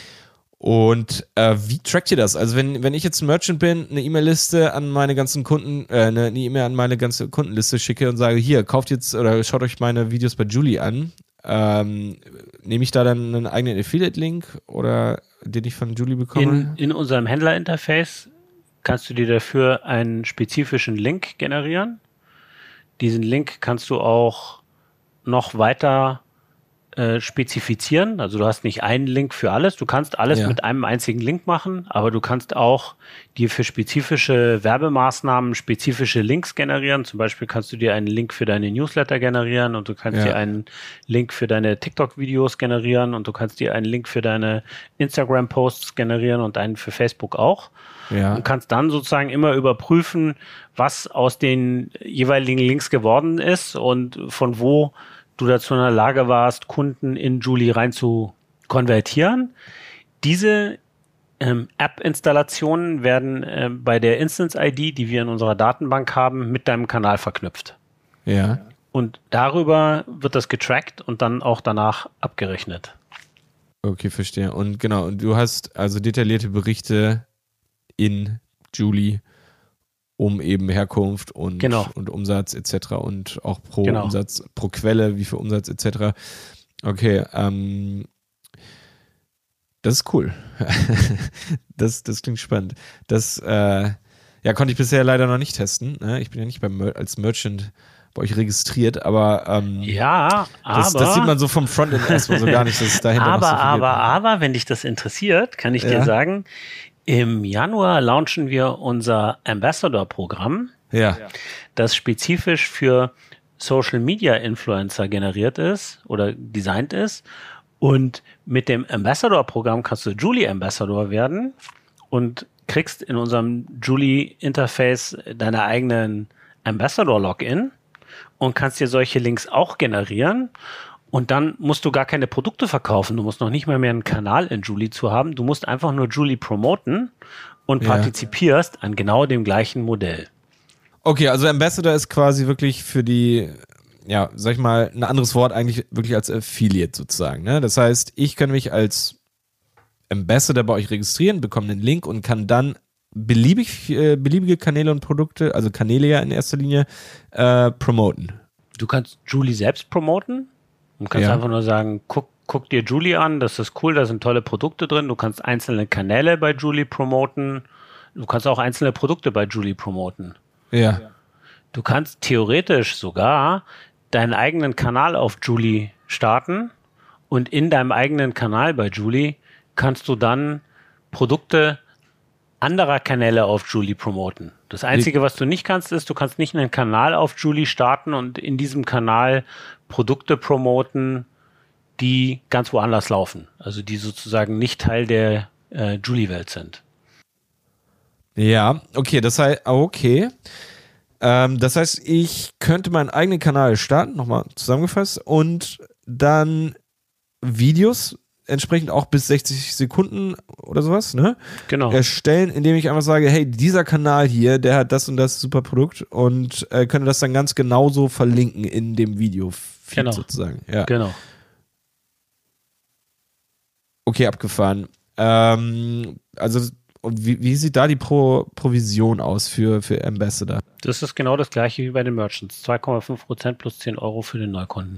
[SPEAKER 3] Und äh, wie trackt ihr das? Also wenn, wenn ich jetzt ein Merchant bin, eine E-Mail-Liste an meine ganzen Kunden, äh, eine E-Mail an meine ganze Kundenliste schicke und sage, hier, kauft jetzt oder schaut euch meine Videos bei Julie an, ähm, nehme ich da dann einen eigenen Affiliate-Link oder den ich von Julie bekomme?
[SPEAKER 1] In, in unserem Händlerinterface kannst du dir dafür einen spezifischen Link generieren. Diesen Link kannst du auch noch weiter äh, spezifizieren. Also du hast nicht einen Link für alles. Du kannst alles
[SPEAKER 3] ja.
[SPEAKER 1] mit einem einzigen Link machen, aber du kannst auch dir für spezifische Werbemaßnahmen spezifische Links generieren. Zum Beispiel kannst du dir einen Link für deine Newsletter generieren und du kannst
[SPEAKER 3] ja.
[SPEAKER 1] dir einen Link für deine TikTok-Videos generieren und du kannst dir einen Link für deine Instagram-Posts generieren und einen für Facebook auch.
[SPEAKER 3] Ja.
[SPEAKER 1] Und kannst dann sozusagen immer überprüfen, was aus den jeweiligen Links geworden ist und von wo du dazu in der Lage warst, Kunden in Julie rein zu konvertieren. Diese ähm, App-Installationen werden äh, bei der Instance-I D, die wir in unserer Datenbank haben, mit deinem Kanal verknüpft.
[SPEAKER 3] Ja.
[SPEAKER 1] Und darüber wird das getrackt und dann auch danach abgerechnet.
[SPEAKER 3] Okay, verstehe. Und genau, und du hast also detaillierte Berichte in Julie, um eben Herkunft und,
[SPEAKER 1] genau.
[SPEAKER 3] und Umsatz et cetera und auch pro
[SPEAKER 1] genau.
[SPEAKER 3] Umsatz, pro Quelle, wie viel Umsatz et cetera. Okay, ähm, Das ist cool. das, das klingt spannend. Das äh, ja, konnte ich bisher leider noch nicht testen. Ne? Ich bin ja nicht beim Mer- als Merchant bei euch registriert, aber ähm,
[SPEAKER 1] ja, aber
[SPEAKER 3] das, das sieht man so vom Frontend erstmal so gar nicht, dass es dahinter
[SPEAKER 1] aber,
[SPEAKER 3] noch so viel
[SPEAKER 1] aber,
[SPEAKER 3] gibt.
[SPEAKER 1] aber, wenn dich das interessiert, kann ich
[SPEAKER 3] Ja.
[SPEAKER 1] dir sagen, im Januar launchen wir unser Ambassador-Programm,
[SPEAKER 3] Ja.
[SPEAKER 1] das spezifisch für Social-Media-Influencer generiert ist oder designt ist. Und mit dem Ambassador-Programm kannst du Jooli-Ambassador werden und kriegst in unserem Jooli-Interface deine eigenen Ambassador-Login und kannst dir solche Links auch generieren. Und dann musst du gar keine Produkte verkaufen. Du musst noch nicht mal mehr einen Kanal in Jooli zu haben. Du musst einfach nur Jooli promoten und
[SPEAKER 3] Ja.
[SPEAKER 1] partizipierst an genau dem gleichen Modell.
[SPEAKER 3] Okay, also Ambassador ist quasi wirklich für die, ja, sag ich mal, ein anderes Wort eigentlich wirklich als Affiliate sozusagen. Ne? Das heißt, ich kann mich als Ambassador bei euch registrieren, bekomme einen Link und kann dann beliebig, äh, beliebige Kanäle und Produkte, also Kanäle ja in erster Linie, äh, promoten.
[SPEAKER 1] Du kannst Jooli selbst promoten und kannst
[SPEAKER 3] Ja.
[SPEAKER 1] einfach nur sagen, guck, guck dir Jooli an, das ist cool, da sind tolle Produkte drin. Du kannst einzelne Kanäle bei Jooli promoten. Du kannst auch einzelne Produkte bei Jooli promoten.
[SPEAKER 3] Ja.
[SPEAKER 1] Du kannst theoretisch sogar deinen eigenen Kanal auf Jooli starten und in deinem eigenen Kanal bei Jooli kannst du dann Produkte anderer Kanäle auf Jooli promoten. Das Einzige, was du nicht kannst, ist, du kannst nicht einen Kanal auf Jooli starten und in diesem Kanal Produkte promoten, die ganz woanders laufen. Also die sozusagen nicht Teil der äh, Jooli-Welt sind.
[SPEAKER 3] Ja, okay, das heißt, okay. Ähm, das heißt, ich könnte meinen eigenen Kanal starten, nochmal zusammengefasst, und dann Videos entsprechend auch bis sechzig Sekunden oder sowas, ne?
[SPEAKER 1] Genau.
[SPEAKER 3] Erstellen, indem ich einfach sage, hey, dieser Kanal hier, der hat das und das super Produkt und äh, könnte das dann ganz genauso verlinken in dem Video-Feed
[SPEAKER 1] Genau.
[SPEAKER 3] sozusagen. Ja.
[SPEAKER 1] Genau.
[SPEAKER 3] Okay, abgefahren. Ähm, also, und wie, wie sieht da die Pro Provision aus für, für Ambassador?
[SPEAKER 1] Das ist genau das gleiche wie bei den Merchants. zwei Komma fünf Prozent plus zehn Euro für den Neukunden.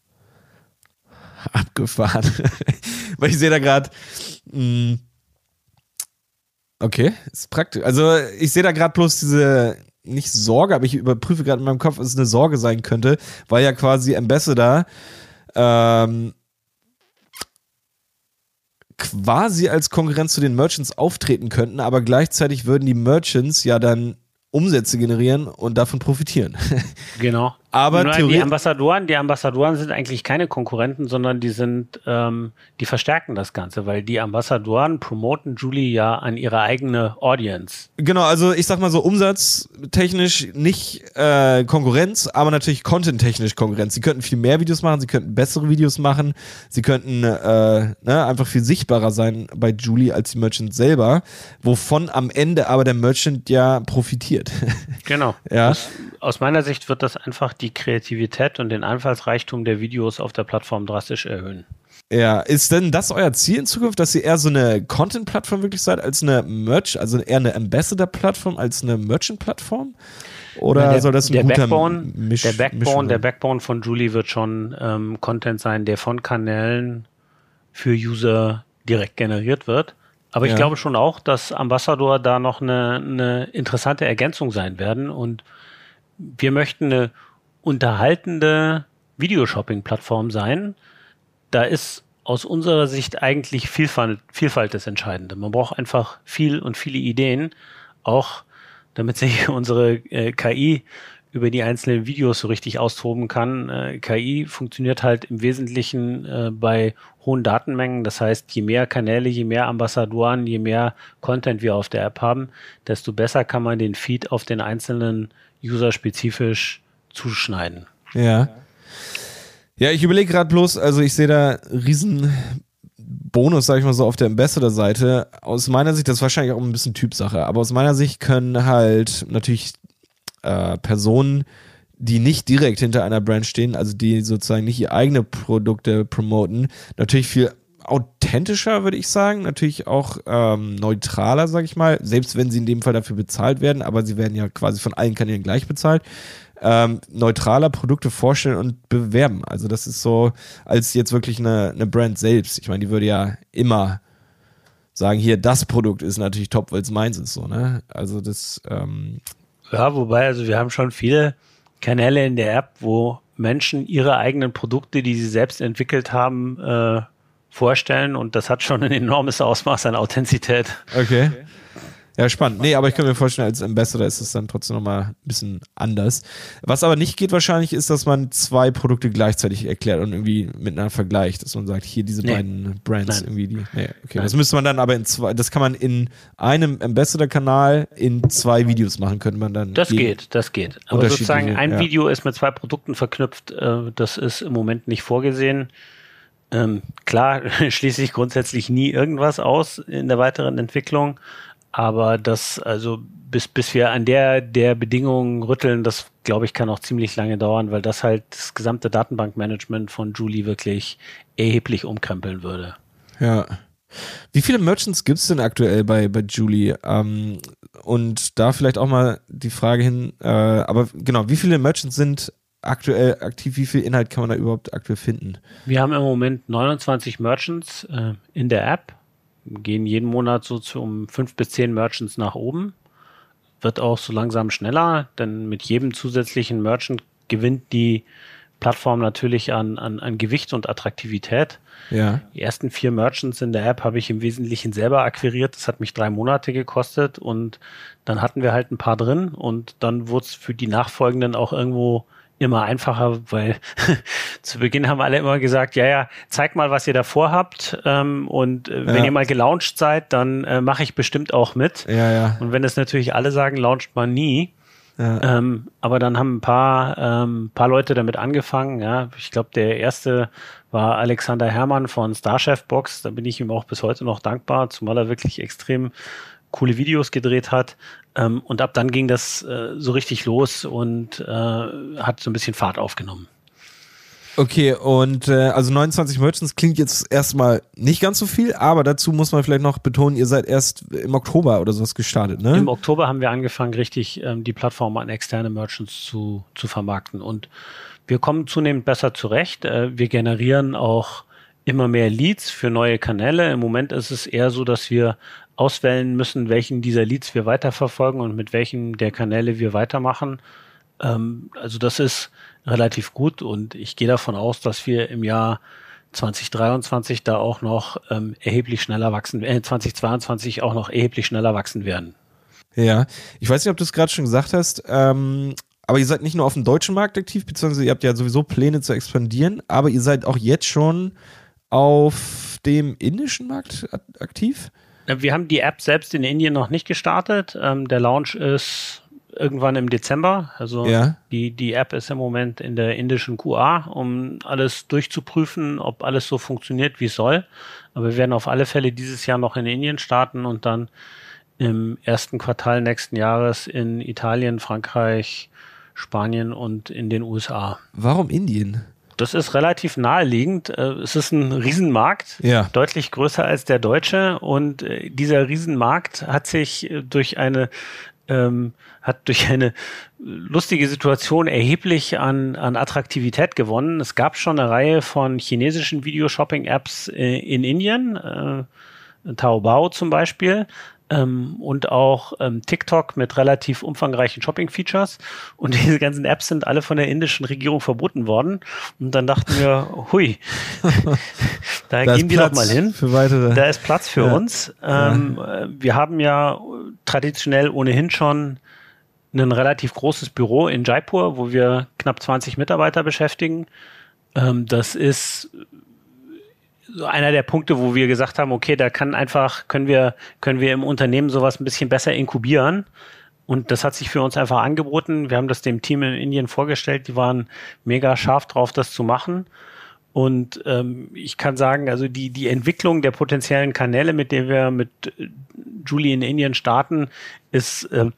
[SPEAKER 3] Abgefahren. Weil ich sehe da gerade, okay, ist praktisch. Also ich sehe da gerade bloß diese, nicht Sorge, aber ich überprüfe gerade in meinem Kopf, dass es eine Sorge sein könnte, weil ja quasi Ambassador ähm, quasi als Konkurrenz zu den Merchants auftreten könnten, aber gleichzeitig würden die Merchants ja dann Umsätze generieren und davon profitieren.
[SPEAKER 1] Genau.
[SPEAKER 3] Aber
[SPEAKER 1] Nur die
[SPEAKER 3] theoretisch-
[SPEAKER 1] Ambassadoren, die Ambassadoren sind eigentlich keine Konkurrenten, sondern die sind, ähm, die verstärken das Ganze, weil die Ambassadoren promoten Jooli ja an ihre eigene Audience.
[SPEAKER 3] Genau, also ich sag mal so umsatztechnisch nicht äh, Konkurrenz, aber natürlich content-technisch Konkurrenz. Sie könnten viel mehr Videos machen, sie könnten bessere Videos machen, sie könnten äh, ne, einfach viel sichtbarer sein bei Jooli als die Merchant selber, wovon am Ende aber der Merchant ja profitiert.
[SPEAKER 1] Genau.
[SPEAKER 3] Ja.
[SPEAKER 1] Aus, aus meiner Sicht wird das einfach die Kreativität und den Einfallsreichtum der Videos auf der Plattform drastisch erhöhen.
[SPEAKER 3] Ja, ist denn das euer Ziel in Zukunft, dass ihr eher so eine Content-Plattform wirklich seid, als eine Merch, also eher eine Ambassador-Plattform als eine Merchant-Plattform? Oder
[SPEAKER 1] der,
[SPEAKER 3] soll das ein
[SPEAKER 1] der
[SPEAKER 3] guter
[SPEAKER 1] Backbone,
[SPEAKER 3] Misch,
[SPEAKER 1] der Backbone,
[SPEAKER 3] Mischung
[SPEAKER 1] der
[SPEAKER 3] sein?
[SPEAKER 1] Backbone von Jooli wird schon ähm, Content sein, der von Kanälen für User direkt generiert wird. Aber ich
[SPEAKER 3] Ja.
[SPEAKER 1] glaube schon auch, dass Ambassador da noch eine, eine interessante Ergänzung sein werden. Und wir möchten eine unterhaltende Videoshopping-Plattform sein. Da ist aus unserer Sicht eigentlich Vielfalt, Vielfalt das Entscheidende. Man braucht einfach viel und viele Ideen, auch damit sich unsere äh, K I über die einzelnen Videos so richtig austoben kann. Äh, K I funktioniert halt im Wesentlichen äh, bei hohen Datenmengen. Das heißt, je mehr Kanäle, je mehr Ambassadoren, je mehr Content wir auf der App haben, desto besser kann man den Feed auf den einzelnen User spezifisch zuschneiden.
[SPEAKER 3] Ja. Ja, ich überlege gerade bloß, also ich sehe da riesen Bonus, sag ich mal so, auf der Ambassador-Seite. Aus meiner Sicht, das ist wahrscheinlich auch ein bisschen Typsache, aber aus meiner Sicht können halt natürlich äh, Personen, die nicht direkt hinter einer Brand stehen, also die sozusagen nicht ihre eigene Produkte promoten, natürlich viel authentischer, würde ich sagen, natürlich auch ähm, neutraler, sag ich mal, selbst wenn sie in dem Fall dafür bezahlt werden, aber sie werden ja quasi von allen Kanälen gleich bezahlt, ähm, neutraler Produkte vorstellen und bewerben. Also das ist so, als jetzt wirklich eine, eine Brand selbst. Ich meine, die würde ja immer sagen, hier, das Produkt ist natürlich top, weil es meins ist, so, ne? Also das, ähm
[SPEAKER 1] Ja, wobei, also wir haben schon viele Kanäle in der App, wo Menschen ihre eigenen Produkte, die sie selbst entwickelt haben, äh, vorstellen und das hat schon ein enormes Ausmaß an Authentizität.
[SPEAKER 3] Okay. okay. Ja, spannend. Nee, aber ich kann mir vorstellen, als Ambassador ist es dann trotzdem nochmal ein bisschen anders. Was aber nicht geht wahrscheinlich, ist, dass man zwei Produkte gleichzeitig erklärt und irgendwie miteinander vergleicht, dass man sagt, hier diese nee. beiden Brands Nein. irgendwie die. Nee, okay. Nein. Das müsste man dann aber in zwei, das kann man in einem Ambassador-Kanal in zwei Videos machen, könnte man dann.
[SPEAKER 1] Das geht, das geht. Aber sozusagen ein ja. Video ist mit zwei Produkten verknüpft, das ist im Moment nicht vorgesehen. Ähm, klar, schließe ich grundsätzlich nie irgendwas aus in der weiteren Entwicklung. Aber das, also bis, bis wir an der, der Bedingungen rütteln, das glaube ich, kann auch ziemlich lange dauern, weil das halt das gesamte Datenbankmanagement von Jooli wirklich erheblich umkrempeln würde.
[SPEAKER 3] Ja. Wie viele Merchants gibt es denn aktuell bei, bei Jooli? Ähm, und da vielleicht auch mal die Frage hin, äh, aber genau, wie viele Merchants sind aktuell aktiv? Wie viel Inhalt kann man da überhaupt aktuell finden?
[SPEAKER 1] Wir haben im Moment neunundzwanzig Merchants äh, in der App. Gehen jeden Monat so zu um fünf bis zehn Merchants nach oben. Wird auch so langsam schneller, denn mit jedem zusätzlichen Merchant gewinnt die Plattform natürlich an, an, an Gewicht und Attraktivität.
[SPEAKER 3] Ja.
[SPEAKER 1] Die ersten vier Merchants in der App habe ich im Wesentlichen selber akquiriert. Das hat mich drei Monate gekostet und dann hatten wir halt ein paar drin und dann wurde es für die nachfolgenden auch irgendwo immer einfacher, weil zu Beginn haben alle immer gesagt, ja, ja, zeig mal, was ihr davor habt ähm, und äh, wenn
[SPEAKER 3] ja.
[SPEAKER 1] ihr mal gelauncht seid, dann äh, mache ich bestimmt auch mit.
[SPEAKER 3] Ja, ja.
[SPEAKER 1] Und wenn das natürlich alle sagen, launcht man nie.
[SPEAKER 3] Ja.
[SPEAKER 1] Ähm, aber dann haben ein paar, ähm, paar Leute damit angefangen. Ja, ich glaube, der erste war Alexander Herrmann von Starchef Box. Da bin ich ihm auch bis heute noch dankbar, zumal er wirklich extrem coole Videos gedreht hat. Ähm, und ab dann ging das äh, so richtig los und äh, hat so ein bisschen Fahrt aufgenommen.
[SPEAKER 3] Okay, und äh, also neunundzwanzig Merchants klingt jetzt erstmal nicht ganz so viel, aber dazu muss man vielleicht noch betonen, ihr seid erst im Oktober oder sowas gestartet, ne?
[SPEAKER 1] Im Oktober haben wir angefangen, richtig ähm, die Plattform an externe Merchants zu, zu vermarkten und wir kommen zunehmend besser zurecht. Äh, wir generieren auch immer mehr Leads für neue Kanäle. Im Moment ist es eher so, dass wir auswählen müssen, welchen dieser Leads wir weiterverfolgen und mit welchen der Kanäle wir weitermachen. Ähm, also das ist relativ gut und ich gehe davon aus, dass wir im Jahr zwanzig dreiundzwanzig da auch noch ähm, erheblich schneller wachsen, äh, zwanzig zweiundzwanzig auch noch erheblich schneller wachsen werden.
[SPEAKER 3] Ja, ich weiß nicht, ob du es gerade schon gesagt hast, ähm, aber ihr seid nicht nur auf dem deutschen Markt aktiv, beziehungsweise ihr habt ja sowieso Pläne zu expandieren, aber ihr seid auch jetzt schon auf dem indischen Markt aktiv?
[SPEAKER 1] Wir haben die App selbst in Indien noch nicht gestartet. Ähm, der Launch ist irgendwann im Dezember. Also
[SPEAKER 3] ja.
[SPEAKER 1] die, die App ist im Moment in der indischen Q A, um alles durchzuprüfen, ob alles so funktioniert, wie es soll. Aber wir werden auf alle Fälle dieses Jahr noch in Indien starten und dann im ersten Quartal nächsten Jahres in Italien, Frankreich, Spanien und in den U S A.
[SPEAKER 3] Warum Indien?
[SPEAKER 1] Das ist relativ naheliegend. Es ist ein Riesenmarkt,
[SPEAKER 3] ja.
[SPEAKER 1] deutlich größer als der deutsche. Und dieser Riesenmarkt hat sich durch eine ähm, hat durch eine lustige Situation erheblich an, an Attraktivität gewonnen. Es gab schon eine Reihe von chinesischen Videoshopping-Apps äh, in Indien, äh, Taobao zum Beispiel. Ähm, und auch ähm, TikTok mit relativ umfangreichen Shopping-Features. Und diese ganzen Apps sind alle von der indischen Regierung verboten worden. Und dann dachten wir, hui, da, da gehen wir doch mal hin.
[SPEAKER 3] Für weitere.
[SPEAKER 1] Da ist Platz für ja. uns. Ähm, ja. Wir haben ja traditionell ohnehin schon ein relativ großes Büro in Jaipur, wo wir knapp zwanzig Mitarbeiter beschäftigen. Ähm, das ist so einer der Punkte, wo wir gesagt haben, okay, da kann einfach, können wir, können wir im Unternehmen sowas ein bisschen besser inkubieren. Und das hat sich für uns einfach angeboten. Wir haben das dem Team in Indien vorgestellt. Die waren mega scharf drauf, das zu machen. Und ähm, ich kann sagen, also die, die Entwicklung der potenziellen Kanäle, mit denen wir mit Jooli in Indien starten, ist äh,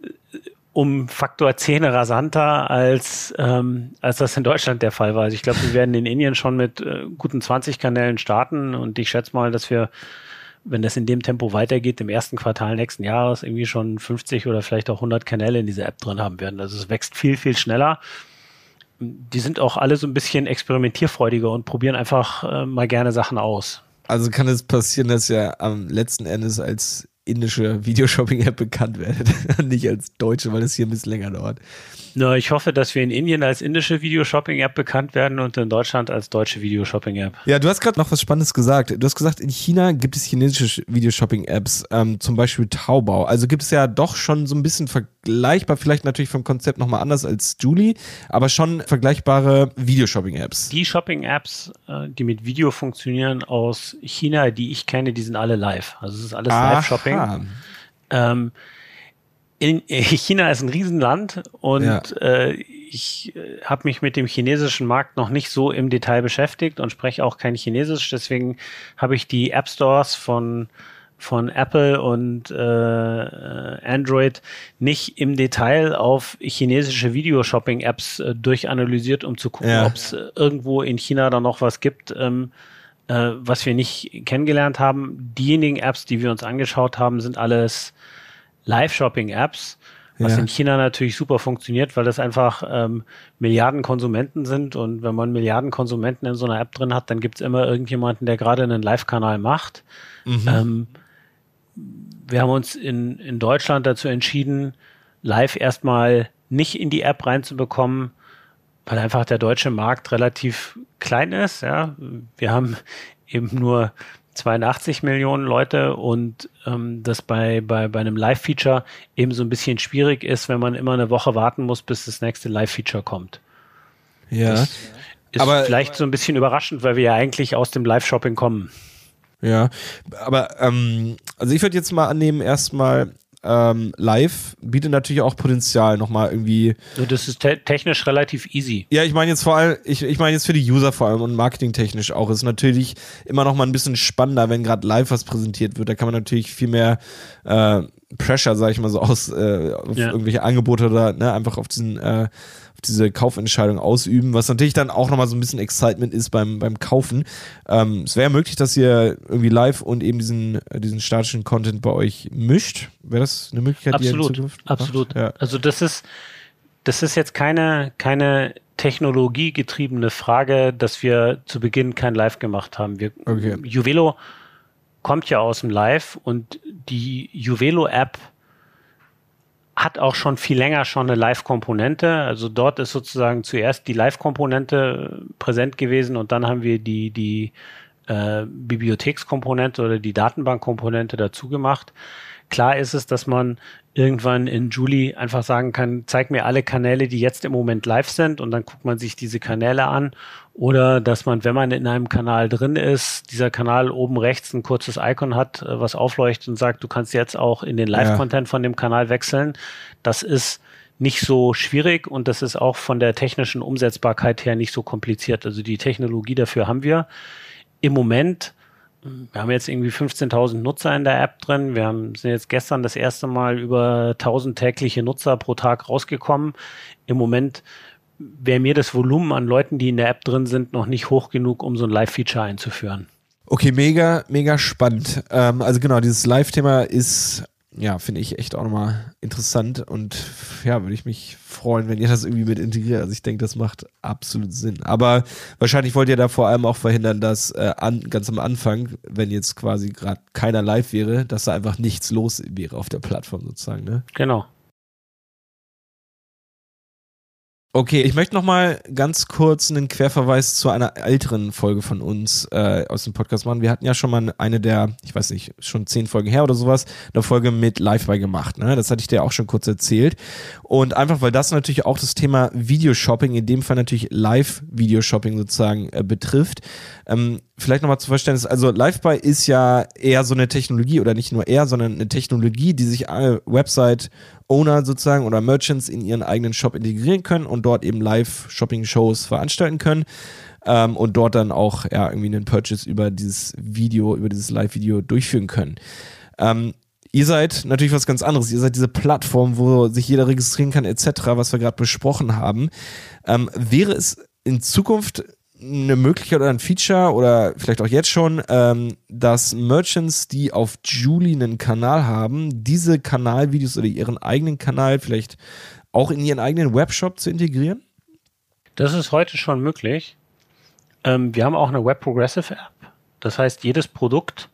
[SPEAKER 1] um Faktor zehn rasanter, als ähm, als das in Deutschland der Fall war. Also ich glaube, wir werden in Indien schon mit äh, guten zwanzig Kanälen starten und ich schätze mal, dass wir, wenn das in dem Tempo weitergeht, im ersten Quartal nächsten Jahres irgendwie schon fünfzig oder vielleicht auch hundert Kanäle in dieser App drin haben werden. Also es wächst viel, viel schneller. Die sind auch alle so ein bisschen experimentierfreudiger und probieren einfach äh, mal gerne Sachen aus.
[SPEAKER 3] Also kann es passieren, dass ihr am letzten Endes als indische Videoshopping-App bekannt werdet, nicht als deutsche, weil es hier ein bisschen länger dauert.
[SPEAKER 1] Na, ich hoffe, dass wir in Indien als indische Videoshopping-App bekannt werden und in Deutschland als deutsche Videoshopping-App.
[SPEAKER 3] Ja, du hast gerade noch was Spannendes gesagt. Du hast gesagt, in China gibt es chinesische Videoshopping-Apps, ähm, zum Beispiel Taobao. Also gibt es ja doch schon so ein bisschen vergleichbar, vielleicht natürlich vom Konzept nochmal anders als Julie, aber schon vergleichbare Videoshopping-Apps.
[SPEAKER 1] Die Shopping-Apps, äh, die mit Video funktionieren aus China, die ich kenne, die sind alle live. Also es ist alles Live-Shopping. Ähm, In China ist ein Riesenland und ja. äh, ich äh, habe mich mit dem chinesischen Markt noch nicht so im Detail beschäftigt und spreche auch kein Chinesisch. Deswegen habe ich die App Stores von von Apple und äh, Android nicht im Detail auf chinesische Videoshopping-Apps äh, durchanalysiert, um zu gucken, ja. ob es äh, irgendwo in China da noch was gibt, ähm, äh, was wir nicht kennengelernt haben. Diejenigen Apps, die wir uns angeschaut haben, sind alles Live-Shopping-Apps, was ja. in China natürlich super funktioniert, weil das einfach ähm, Milliarden Konsumenten sind und wenn man Milliarden Konsumenten in so einer App drin hat, dann gibt's immer irgendjemanden, der gerade einen Live-Kanal macht. Mhm. Ähm, wir haben uns in, in Deutschland dazu entschieden, live erstmal nicht in die App reinzubekommen, weil einfach der deutsche Markt relativ klein ist. Ja, wir haben eben nur zweiundachtzig Millionen Leute und ähm, das bei, bei, bei einem Live-Feature eben so ein bisschen schwierig ist, wenn man immer eine Woche warten muss, bis das nächste Live-Feature kommt.
[SPEAKER 3] Ja.
[SPEAKER 1] Das ist aber vielleicht so ein bisschen überraschend, weil wir ja eigentlich aus dem Live-Shopping kommen.
[SPEAKER 3] Ja, aber ähm, also ich würde jetzt mal annehmen, erstmal Ähm, live bietet natürlich auch Potenzial nochmal irgendwie.
[SPEAKER 1] Das ist te- technisch relativ easy.
[SPEAKER 3] Ja, ich meine jetzt vor allem, ich, ich meine jetzt für die User vor allem und marketingtechnisch auch. Ist natürlich immer noch mal ein bisschen spannender, wenn gerade live was präsentiert wird. Da kann man natürlich viel mehr äh, Pressure, sag ich mal so, aus äh, auf ja. irgendwelche Angebote oder ne, einfach auf diesen äh, auf diese Kaufentscheidung ausüben, was natürlich dann auch nochmal so ein bisschen Excitement ist beim beim Kaufen. Ähm, es wäre möglich, dass ihr irgendwie live und eben diesen diesen statischen Content bei euch mischt. Wäre das eine Möglichkeit,
[SPEAKER 1] absolut,
[SPEAKER 3] die ihr in Zukunft macht?
[SPEAKER 1] Absolut. Ja. Also das ist das ist jetzt keine keine technologiegetriebene Frage, dass wir zu Beginn kein Live gemacht haben. Wir okay. Juvelo kommt ja aus dem Live und die Juvelo-App hat auch schon viel länger schon eine Live-Komponente. Also dort ist sozusagen zuerst die Live-Komponente präsent gewesen und dann haben wir die, die äh, Bibliothekskomponente oder die Datenbankkomponente dazu gemacht. Klar ist es, dass man irgendwann in Julie einfach sagen kann, zeig mir alle Kanäle, die jetzt im Moment live sind und dann guckt man sich diese Kanäle an. Oder dass man, wenn man in einem Kanal drin ist, dieser Kanal oben rechts ein kurzes Icon hat, was aufleuchtet und sagt, du kannst jetzt auch in den Live-Content von dem Kanal wechseln. Das ist nicht so schwierig und das ist auch von der technischen Umsetzbarkeit her nicht so kompliziert. Also die Technologie dafür haben wir. Im Moment, wir haben jetzt irgendwie fünfzehntausend Nutzer in der App drin. Wir haben, sind jetzt gestern das erste Mal über tausend tägliche Nutzer pro Tag rausgekommen. Im Moment wäre mir das Volumen an Leuten, die in der App drin sind, noch nicht hoch genug, um so ein Live-Feature einzuführen.
[SPEAKER 3] Okay, mega, mega spannend. Ähm, also genau, dieses Live-Thema ist, ja, finde ich echt auch nochmal interessant und ja, würde ich mich freuen, wenn ihr das irgendwie mit integriert. Also ich denke, das macht absolut Sinn. Aber wahrscheinlich wollt ihr da vor allem auch verhindern, dass äh, an, ganz am Anfang, wenn jetzt quasi gerade keiner live wäre, dass da einfach nichts los wäre auf der Plattform sozusagen, ne?
[SPEAKER 1] Genau.
[SPEAKER 3] Okay, ich möchte noch mal ganz kurz einen Querverweis zu einer älteren Folge von uns äh, aus dem Podcast machen. Wir hatten ja schon mal eine der, ich weiß nicht, schon zehn Folgen her oder sowas, eine Folge mit Live-Buy gemacht. Ne? Das hatte ich dir auch schon kurz erzählt. Und einfach, weil das natürlich auch das Thema Videoshopping, in dem Fall natürlich Live-Videoshopping sozusagen äh, betrifft. Ähm, vielleicht nochmal zu Verständnis, also Live-Buy ist ja eher so eine Technologie oder nicht nur eher, sondern eine Technologie, die sich alle Website-Owner sozusagen oder Merchants in ihren eigenen Shop integrieren können und dort eben Live-Shopping-Shows veranstalten können ähm, und dort dann auch ja irgendwie einen Purchase über dieses Video, über dieses Live-Video durchführen können. Ähm, Ihr seid natürlich was ganz anderes. Ihr seid diese Plattform, wo sich jeder registrieren kann et cetera, was wir gerade besprochen haben. Ähm, wäre es in Zukunft eine Möglichkeit oder ein Feature oder vielleicht auch jetzt schon, ähm, dass Merchants, die auf Julie einen Kanal haben, diese Kanalvideos oder ihren eigenen Kanal vielleicht auch in ihren eigenen Webshop zu integrieren?
[SPEAKER 1] Das ist heute schon möglich. Ähm, wir haben auch eine Web Progressive App. Das heißt, jedes Produkt,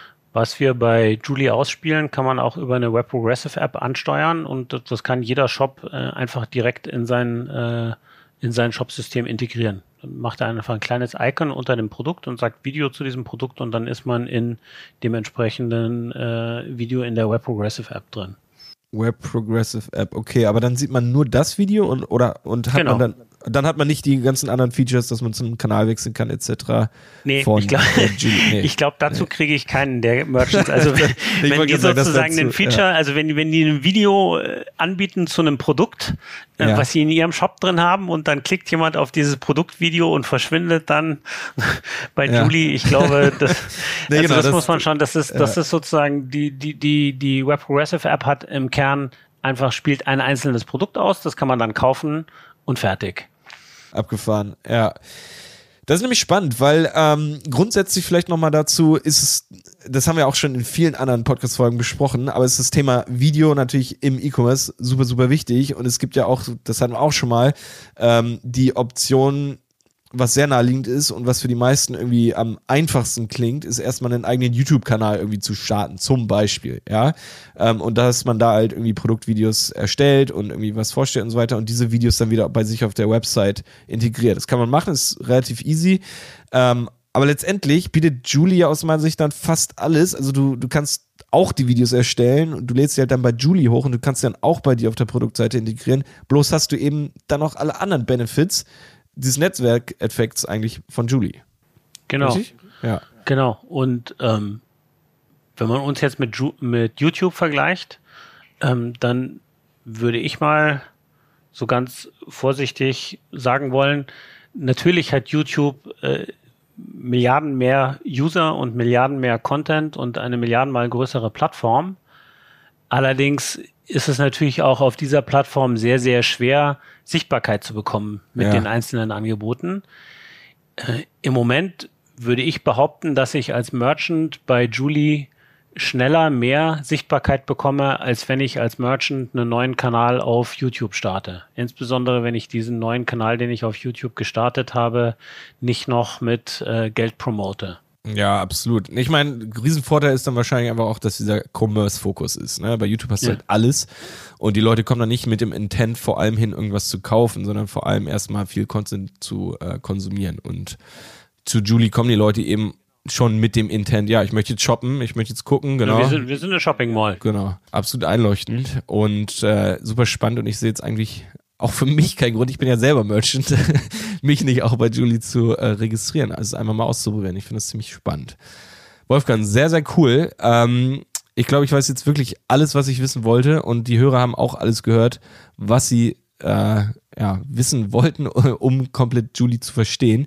[SPEAKER 1] was wir bei Jooli ausspielen, kann man auch über eine Web Progressive App ansteuern und das, das kann jeder Shop äh, einfach direkt in sein, äh, in sein Shop-System integrieren. Dann macht er einfach ein kleines Icon unter dem Produkt und sagt Video zu diesem Produkt und dann ist man in dem entsprechenden äh, Video in der Web Progressive App drin.
[SPEAKER 3] Web Progressive App, okay, aber dann sieht man nur das Video und oder und hat
[SPEAKER 1] genau.
[SPEAKER 3] man dann dann hat man nicht die ganzen anderen Features, dass man zu einem Kanal wechseln kann et cetera.
[SPEAKER 1] Nee, von, ich glaube, nee. glaub, dazu nee. kriege ich keinen der Merchants. Also wenn, wenn die sozusagen dazu, ein Feature, ja. also wenn, wenn die ein Video äh, anbieten zu einem Produkt, äh, ja. was sie in ihrem Shop drin haben und dann klickt jemand auf dieses Produktvideo und verschwindet dann bei ja. Jooli, ich glaube, das, nee, also genau, das, das muss man schon, das ist, das ja. ist sozusagen die, die, die, die Web Progressive App hat im Kern einfach spielt ein einzelnes Produkt aus, das kann man dann kaufen und fertig.
[SPEAKER 3] Abgefahren, ja. Das ist nämlich spannend, weil ähm, grundsätzlich vielleicht nochmal dazu ist es, das haben wir auch schon in vielen anderen Podcast-Folgen besprochen, aber es ist das Thema Video natürlich im E-Commerce super, super wichtig und es gibt ja auch, das hatten wir auch schon mal, ähm, die Option, was sehr naheliegend ist und was für die meisten irgendwie am einfachsten klingt, ist erstmal einen eigenen YouTube-Kanal irgendwie zu starten, zum Beispiel, ja, ähm, und dass man da halt irgendwie Produktvideos erstellt und irgendwie was vorstellt und so weiter und diese Videos dann wieder bei sich auf der Website integriert. Das kann man machen, ist relativ easy, ähm, aber letztendlich bietet Jooli ja aus meiner Sicht dann fast alles, also du, du kannst auch die Videos erstellen und du lädst sie halt dann bei Jooli hoch und du kannst sie dann auch bei dir auf der Produktseite integrieren, bloß hast du eben dann noch alle anderen Benefits dieses Netzwerkeffekts eigentlich von Jooli.
[SPEAKER 1] Genau.
[SPEAKER 3] Richtig? Ja.
[SPEAKER 1] Genau. Und ähm, wenn man uns jetzt mit, Ju- mit YouTube vergleicht, ähm, dann würde ich mal so ganz vorsichtig sagen wollen, natürlich hat YouTube äh, Milliarden mehr User und Milliarden mehr Content und eine Milliardenmal größere Plattform. Allerdings ist es natürlich auch auf dieser Plattform sehr, sehr schwer, Sichtbarkeit zu bekommen mit ja. den einzelnen Angeboten. Äh, Im Moment würde ich behaupten, dass ich als Merchant bei Jooli schneller mehr Sichtbarkeit bekomme, als wenn ich als Merchant einen neuen Kanal auf YouTube starte. Insbesondere, wenn ich diesen neuen Kanal, den ich auf YouTube gestartet habe, nicht noch mit äh, Geld promote.
[SPEAKER 3] Ja, absolut. Ich meine, ein Riesenvorteil ist dann wahrscheinlich einfach auch, dass dieser Commerce-Fokus ist. Ne? Bei YouTube hast du ja. halt alles und die Leute kommen dann nicht mit dem Intent vor allem hin, irgendwas zu kaufen, sondern vor allem erstmal viel Content zu äh, konsumieren. Und zu Jooli kommen die Leute eben schon mit dem Intent, ja, ich möchte jetzt shoppen, ich möchte jetzt gucken, genau.
[SPEAKER 1] Ja, wir sind, wir sind eine Shopping-Mall.
[SPEAKER 3] Genau, absolut einleuchtend und äh, super spannend und ich sehe jetzt eigentlich auch für mich kein Grund, ich bin ja selber Merchant, mich nicht auch bei Jooli zu äh, registrieren, also einfach mal auszuprobieren. Ich finde das ziemlich spannend. Wolfgang, sehr, sehr cool. Ähm, ich glaube, ich weiß jetzt wirklich alles, was ich wissen wollte und die Hörer haben auch alles gehört, was sie äh, ja, wissen wollten, um komplett Jooli zu verstehen.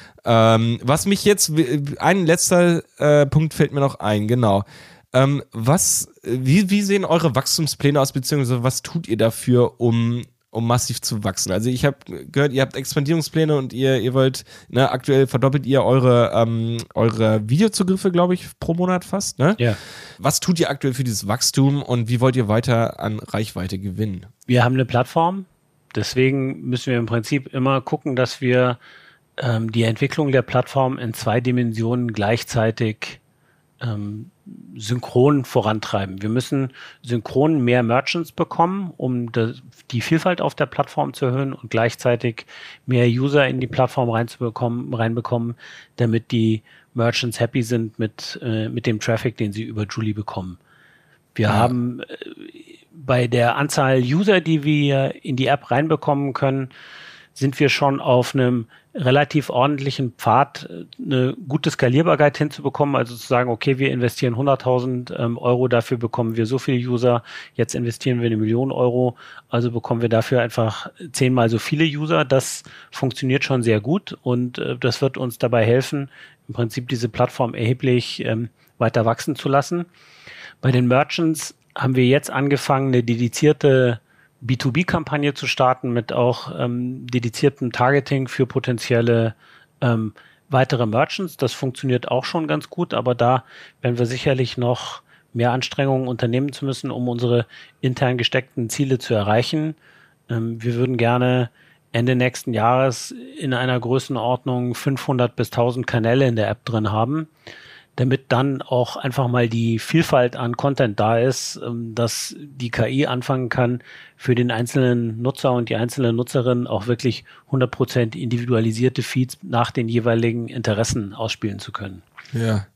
[SPEAKER 3] Ähm, was mich jetzt, ein letzter äh, Punkt fällt mir noch ein, genau. Ähm, was, wie, wie sehen eure Wachstumspläne aus, beziehungsweise was tut ihr dafür, um um massiv zu wachsen? Also ich habe gehört, ihr habt Expandierungspläne und ihr ihr wollt, ne, aktuell verdoppelt ihr eure ähm, eure Videozugriffe, glaube ich, pro Monat fast, ne?
[SPEAKER 1] Ja.
[SPEAKER 3] Was tut ihr aktuell für dieses Wachstum und wie wollt ihr weiter an Reichweite gewinnen?
[SPEAKER 1] Wir haben eine Plattform, deswegen müssen wir im Prinzip immer gucken, dass wir ähm, die Entwicklung der Plattform in zwei Dimensionen gleichzeitig ähm, synchron vorantreiben. Wir müssen synchron mehr Merchants bekommen, um das, die Vielfalt auf der Plattform zu erhöhen und gleichzeitig mehr User in die Plattform reinzubekommen, reinbekommen, damit die Merchants happy sind mit, äh, mit dem Traffic, den sie über Jooli bekommen. Wir ja. haben äh, bei der Anzahl User, die wir in die App reinbekommen können, sind wir schon auf einem relativ ordentlichen Pfad, eine gute Skalierbarkeit hinzubekommen, also zu sagen, okay, wir investieren hunderttausend ähm, Euro, dafür bekommen wir so viele User, jetzt investieren wir eine Million Euro, also bekommen wir dafür einfach zehnmal so viele User. Das funktioniert schon sehr gut und äh, das wird uns dabei helfen, im Prinzip diese Plattform erheblich ähm, weiter wachsen zu lassen. Bei den Merchants haben wir jetzt angefangen, eine dedizierte B zwei B-Kampagne zu starten mit auch ähm, dediziertem Targeting für potenzielle ähm, weitere Merchants. Das funktioniert auch schon ganz gut, aber da werden wir sicherlich noch mehr Anstrengungen unternehmen zu müssen, um unsere intern gesteckten Ziele zu erreichen. Ähm, wir würden gerne Ende nächsten Jahres in einer Größenordnung fünfhundert bis tausend Kanäle in der App drin haben, damit dann auch einfach mal die Vielfalt an Content da ist, dass die K I anfangen kann, für den einzelnen Nutzer und die einzelne Nutzerin auch wirklich hundert Prozent individualisierte Feeds nach den jeweiligen Interessen ausspielen zu können.
[SPEAKER 3] Ja.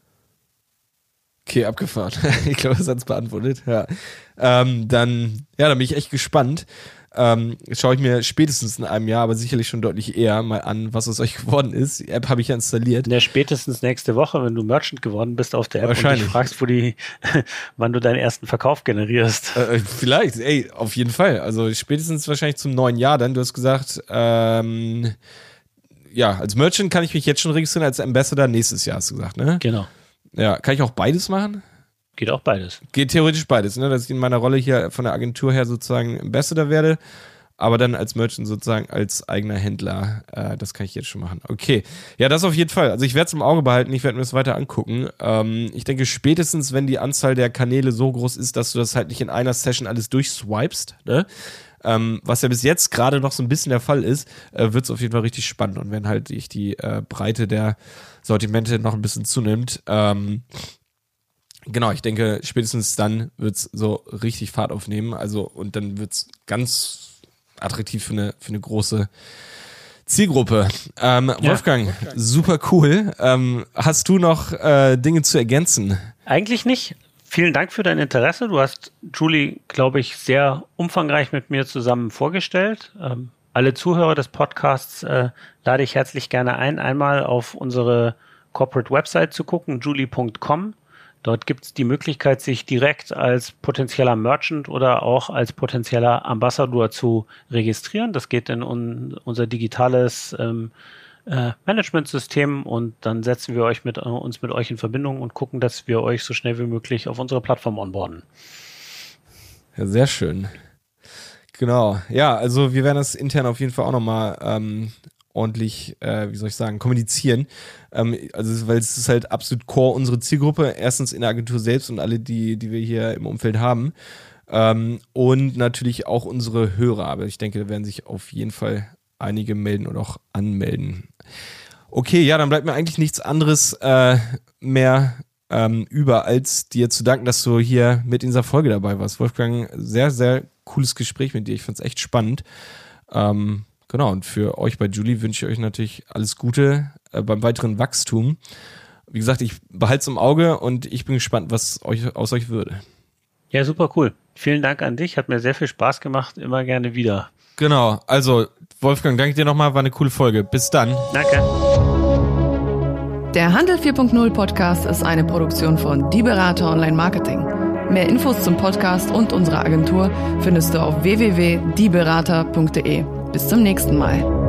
[SPEAKER 3] Okay, abgefahren. Ich glaube, das hat es beantwortet. Ja. Ähm, dann, ja, dann bin ich echt gespannt. Ähm, schaue ich mir spätestens in einem Jahr, aber sicherlich schon deutlich eher mal an, was aus euch geworden ist. Die App habe ich ja installiert.
[SPEAKER 1] Ja, spätestens nächste Woche, wenn du Merchant geworden bist auf der App und dich fragst, wo die, wann du deinen ersten Verkauf generierst.
[SPEAKER 3] Äh, vielleicht, ey, auf jeden Fall. Also spätestens wahrscheinlich zum neuen Jahr dann. Du hast gesagt, ähm, ja, als Merchant kann ich mich jetzt schon registrieren, als Ambassador nächstes Jahr, hast du gesagt, ne?
[SPEAKER 1] Genau.
[SPEAKER 3] Ja, kann ich auch beides machen?
[SPEAKER 1] Geht auch beides.
[SPEAKER 3] Geht theoretisch beides, ne? Dass ich in meiner Rolle hier von der Agentur her sozusagen Ambassador werde, aber dann als Merchant sozusagen als eigener Händler. Äh, das kann ich jetzt schon machen. Okay. Ja, das auf jeden Fall. Also ich werde es im Auge behalten, ich werde mir das weiter angucken. Ähm, ich denke spätestens, wenn die Anzahl der Kanäle so groß ist, dass du das halt nicht in einer Session alles durchswipest, ne? Ähm, was ja bis jetzt gerade noch so ein bisschen der Fall ist, äh, wird es auf jeden Fall richtig spannend. Und wenn halt ich die äh, Breite der Sortimente noch ein bisschen zunimmt, ähm, genau, ich denke, spätestens dann wird es so richtig Fahrt aufnehmen. Also, und dann wird es ganz attraktiv für eine, für eine große Zielgruppe. Ähm, ja. Wolfgang, super cool. Ähm, hast du noch äh, Dinge zu ergänzen?
[SPEAKER 1] Eigentlich nicht. Vielen Dank für dein Interesse. Du hast Julie, glaube ich, sehr umfangreich mit mir zusammen vorgestellt. Ähm, alle Zuhörer des Podcasts äh, lade ich herzlich gerne ein, einmal auf unsere Corporate Website zu gucken, julie punkt com. Dort gibt es die Möglichkeit, sich direkt als potenzieller Merchant oder auch als potenzieller Ambassador zu registrieren. Das geht in un- unser digitales ähm, äh, Managementsystem und dann setzen wir euch mit, äh, uns mit euch in Verbindung und gucken, dass wir euch so schnell wie möglich auf unsere Plattform onboarden.
[SPEAKER 3] Ja, sehr schön. Genau. Ja, also wir werden das intern auf jeden Fall auch nochmal ähm, ordentlich, äh, wie soll ich sagen, kommunizieren. Ähm, also, weil es ist halt absolut Core unsere Zielgruppe. Erstens in der Agentur selbst und alle, die, die wir hier im Umfeld haben. Ähm, und natürlich auch unsere Hörer. Aber ich denke, da werden sich auf jeden Fall einige melden oder auch anmelden. Okay, ja, dann bleibt mir eigentlich nichts anderes äh, mehr ähm, über, als dir zu danken, dass du hier mit in dieser Folge dabei warst. Wolfgang, sehr, sehr cooles Gespräch mit dir. Ich fand es echt spannend. Ähm, genau, und für euch bei Julie wünsche ich euch natürlich alles Gute äh, beim weiteren Wachstum. Wie gesagt, ich behalte es im Auge und ich bin gespannt, was euch, aus euch würde.
[SPEAKER 1] Ja, super cool. Vielen Dank an dich. Hat mir sehr viel Spaß gemacht. Immer gerne wieder.
[SPEAKER 3] Genau, also Wolfgang, danke dir nochmal, war eine coole Folge. Bis dann.
[SPEAKER 1] Danke.
[SPEAKER 4] Der Handel vier Punkt null Podcast ist eine Produktion von Die Berater Online Marketing. Mehr Infos zum Podcast und unserer Agentur findest du auf w w w punkt die berater punkt de. Bis zum nächsten Mal.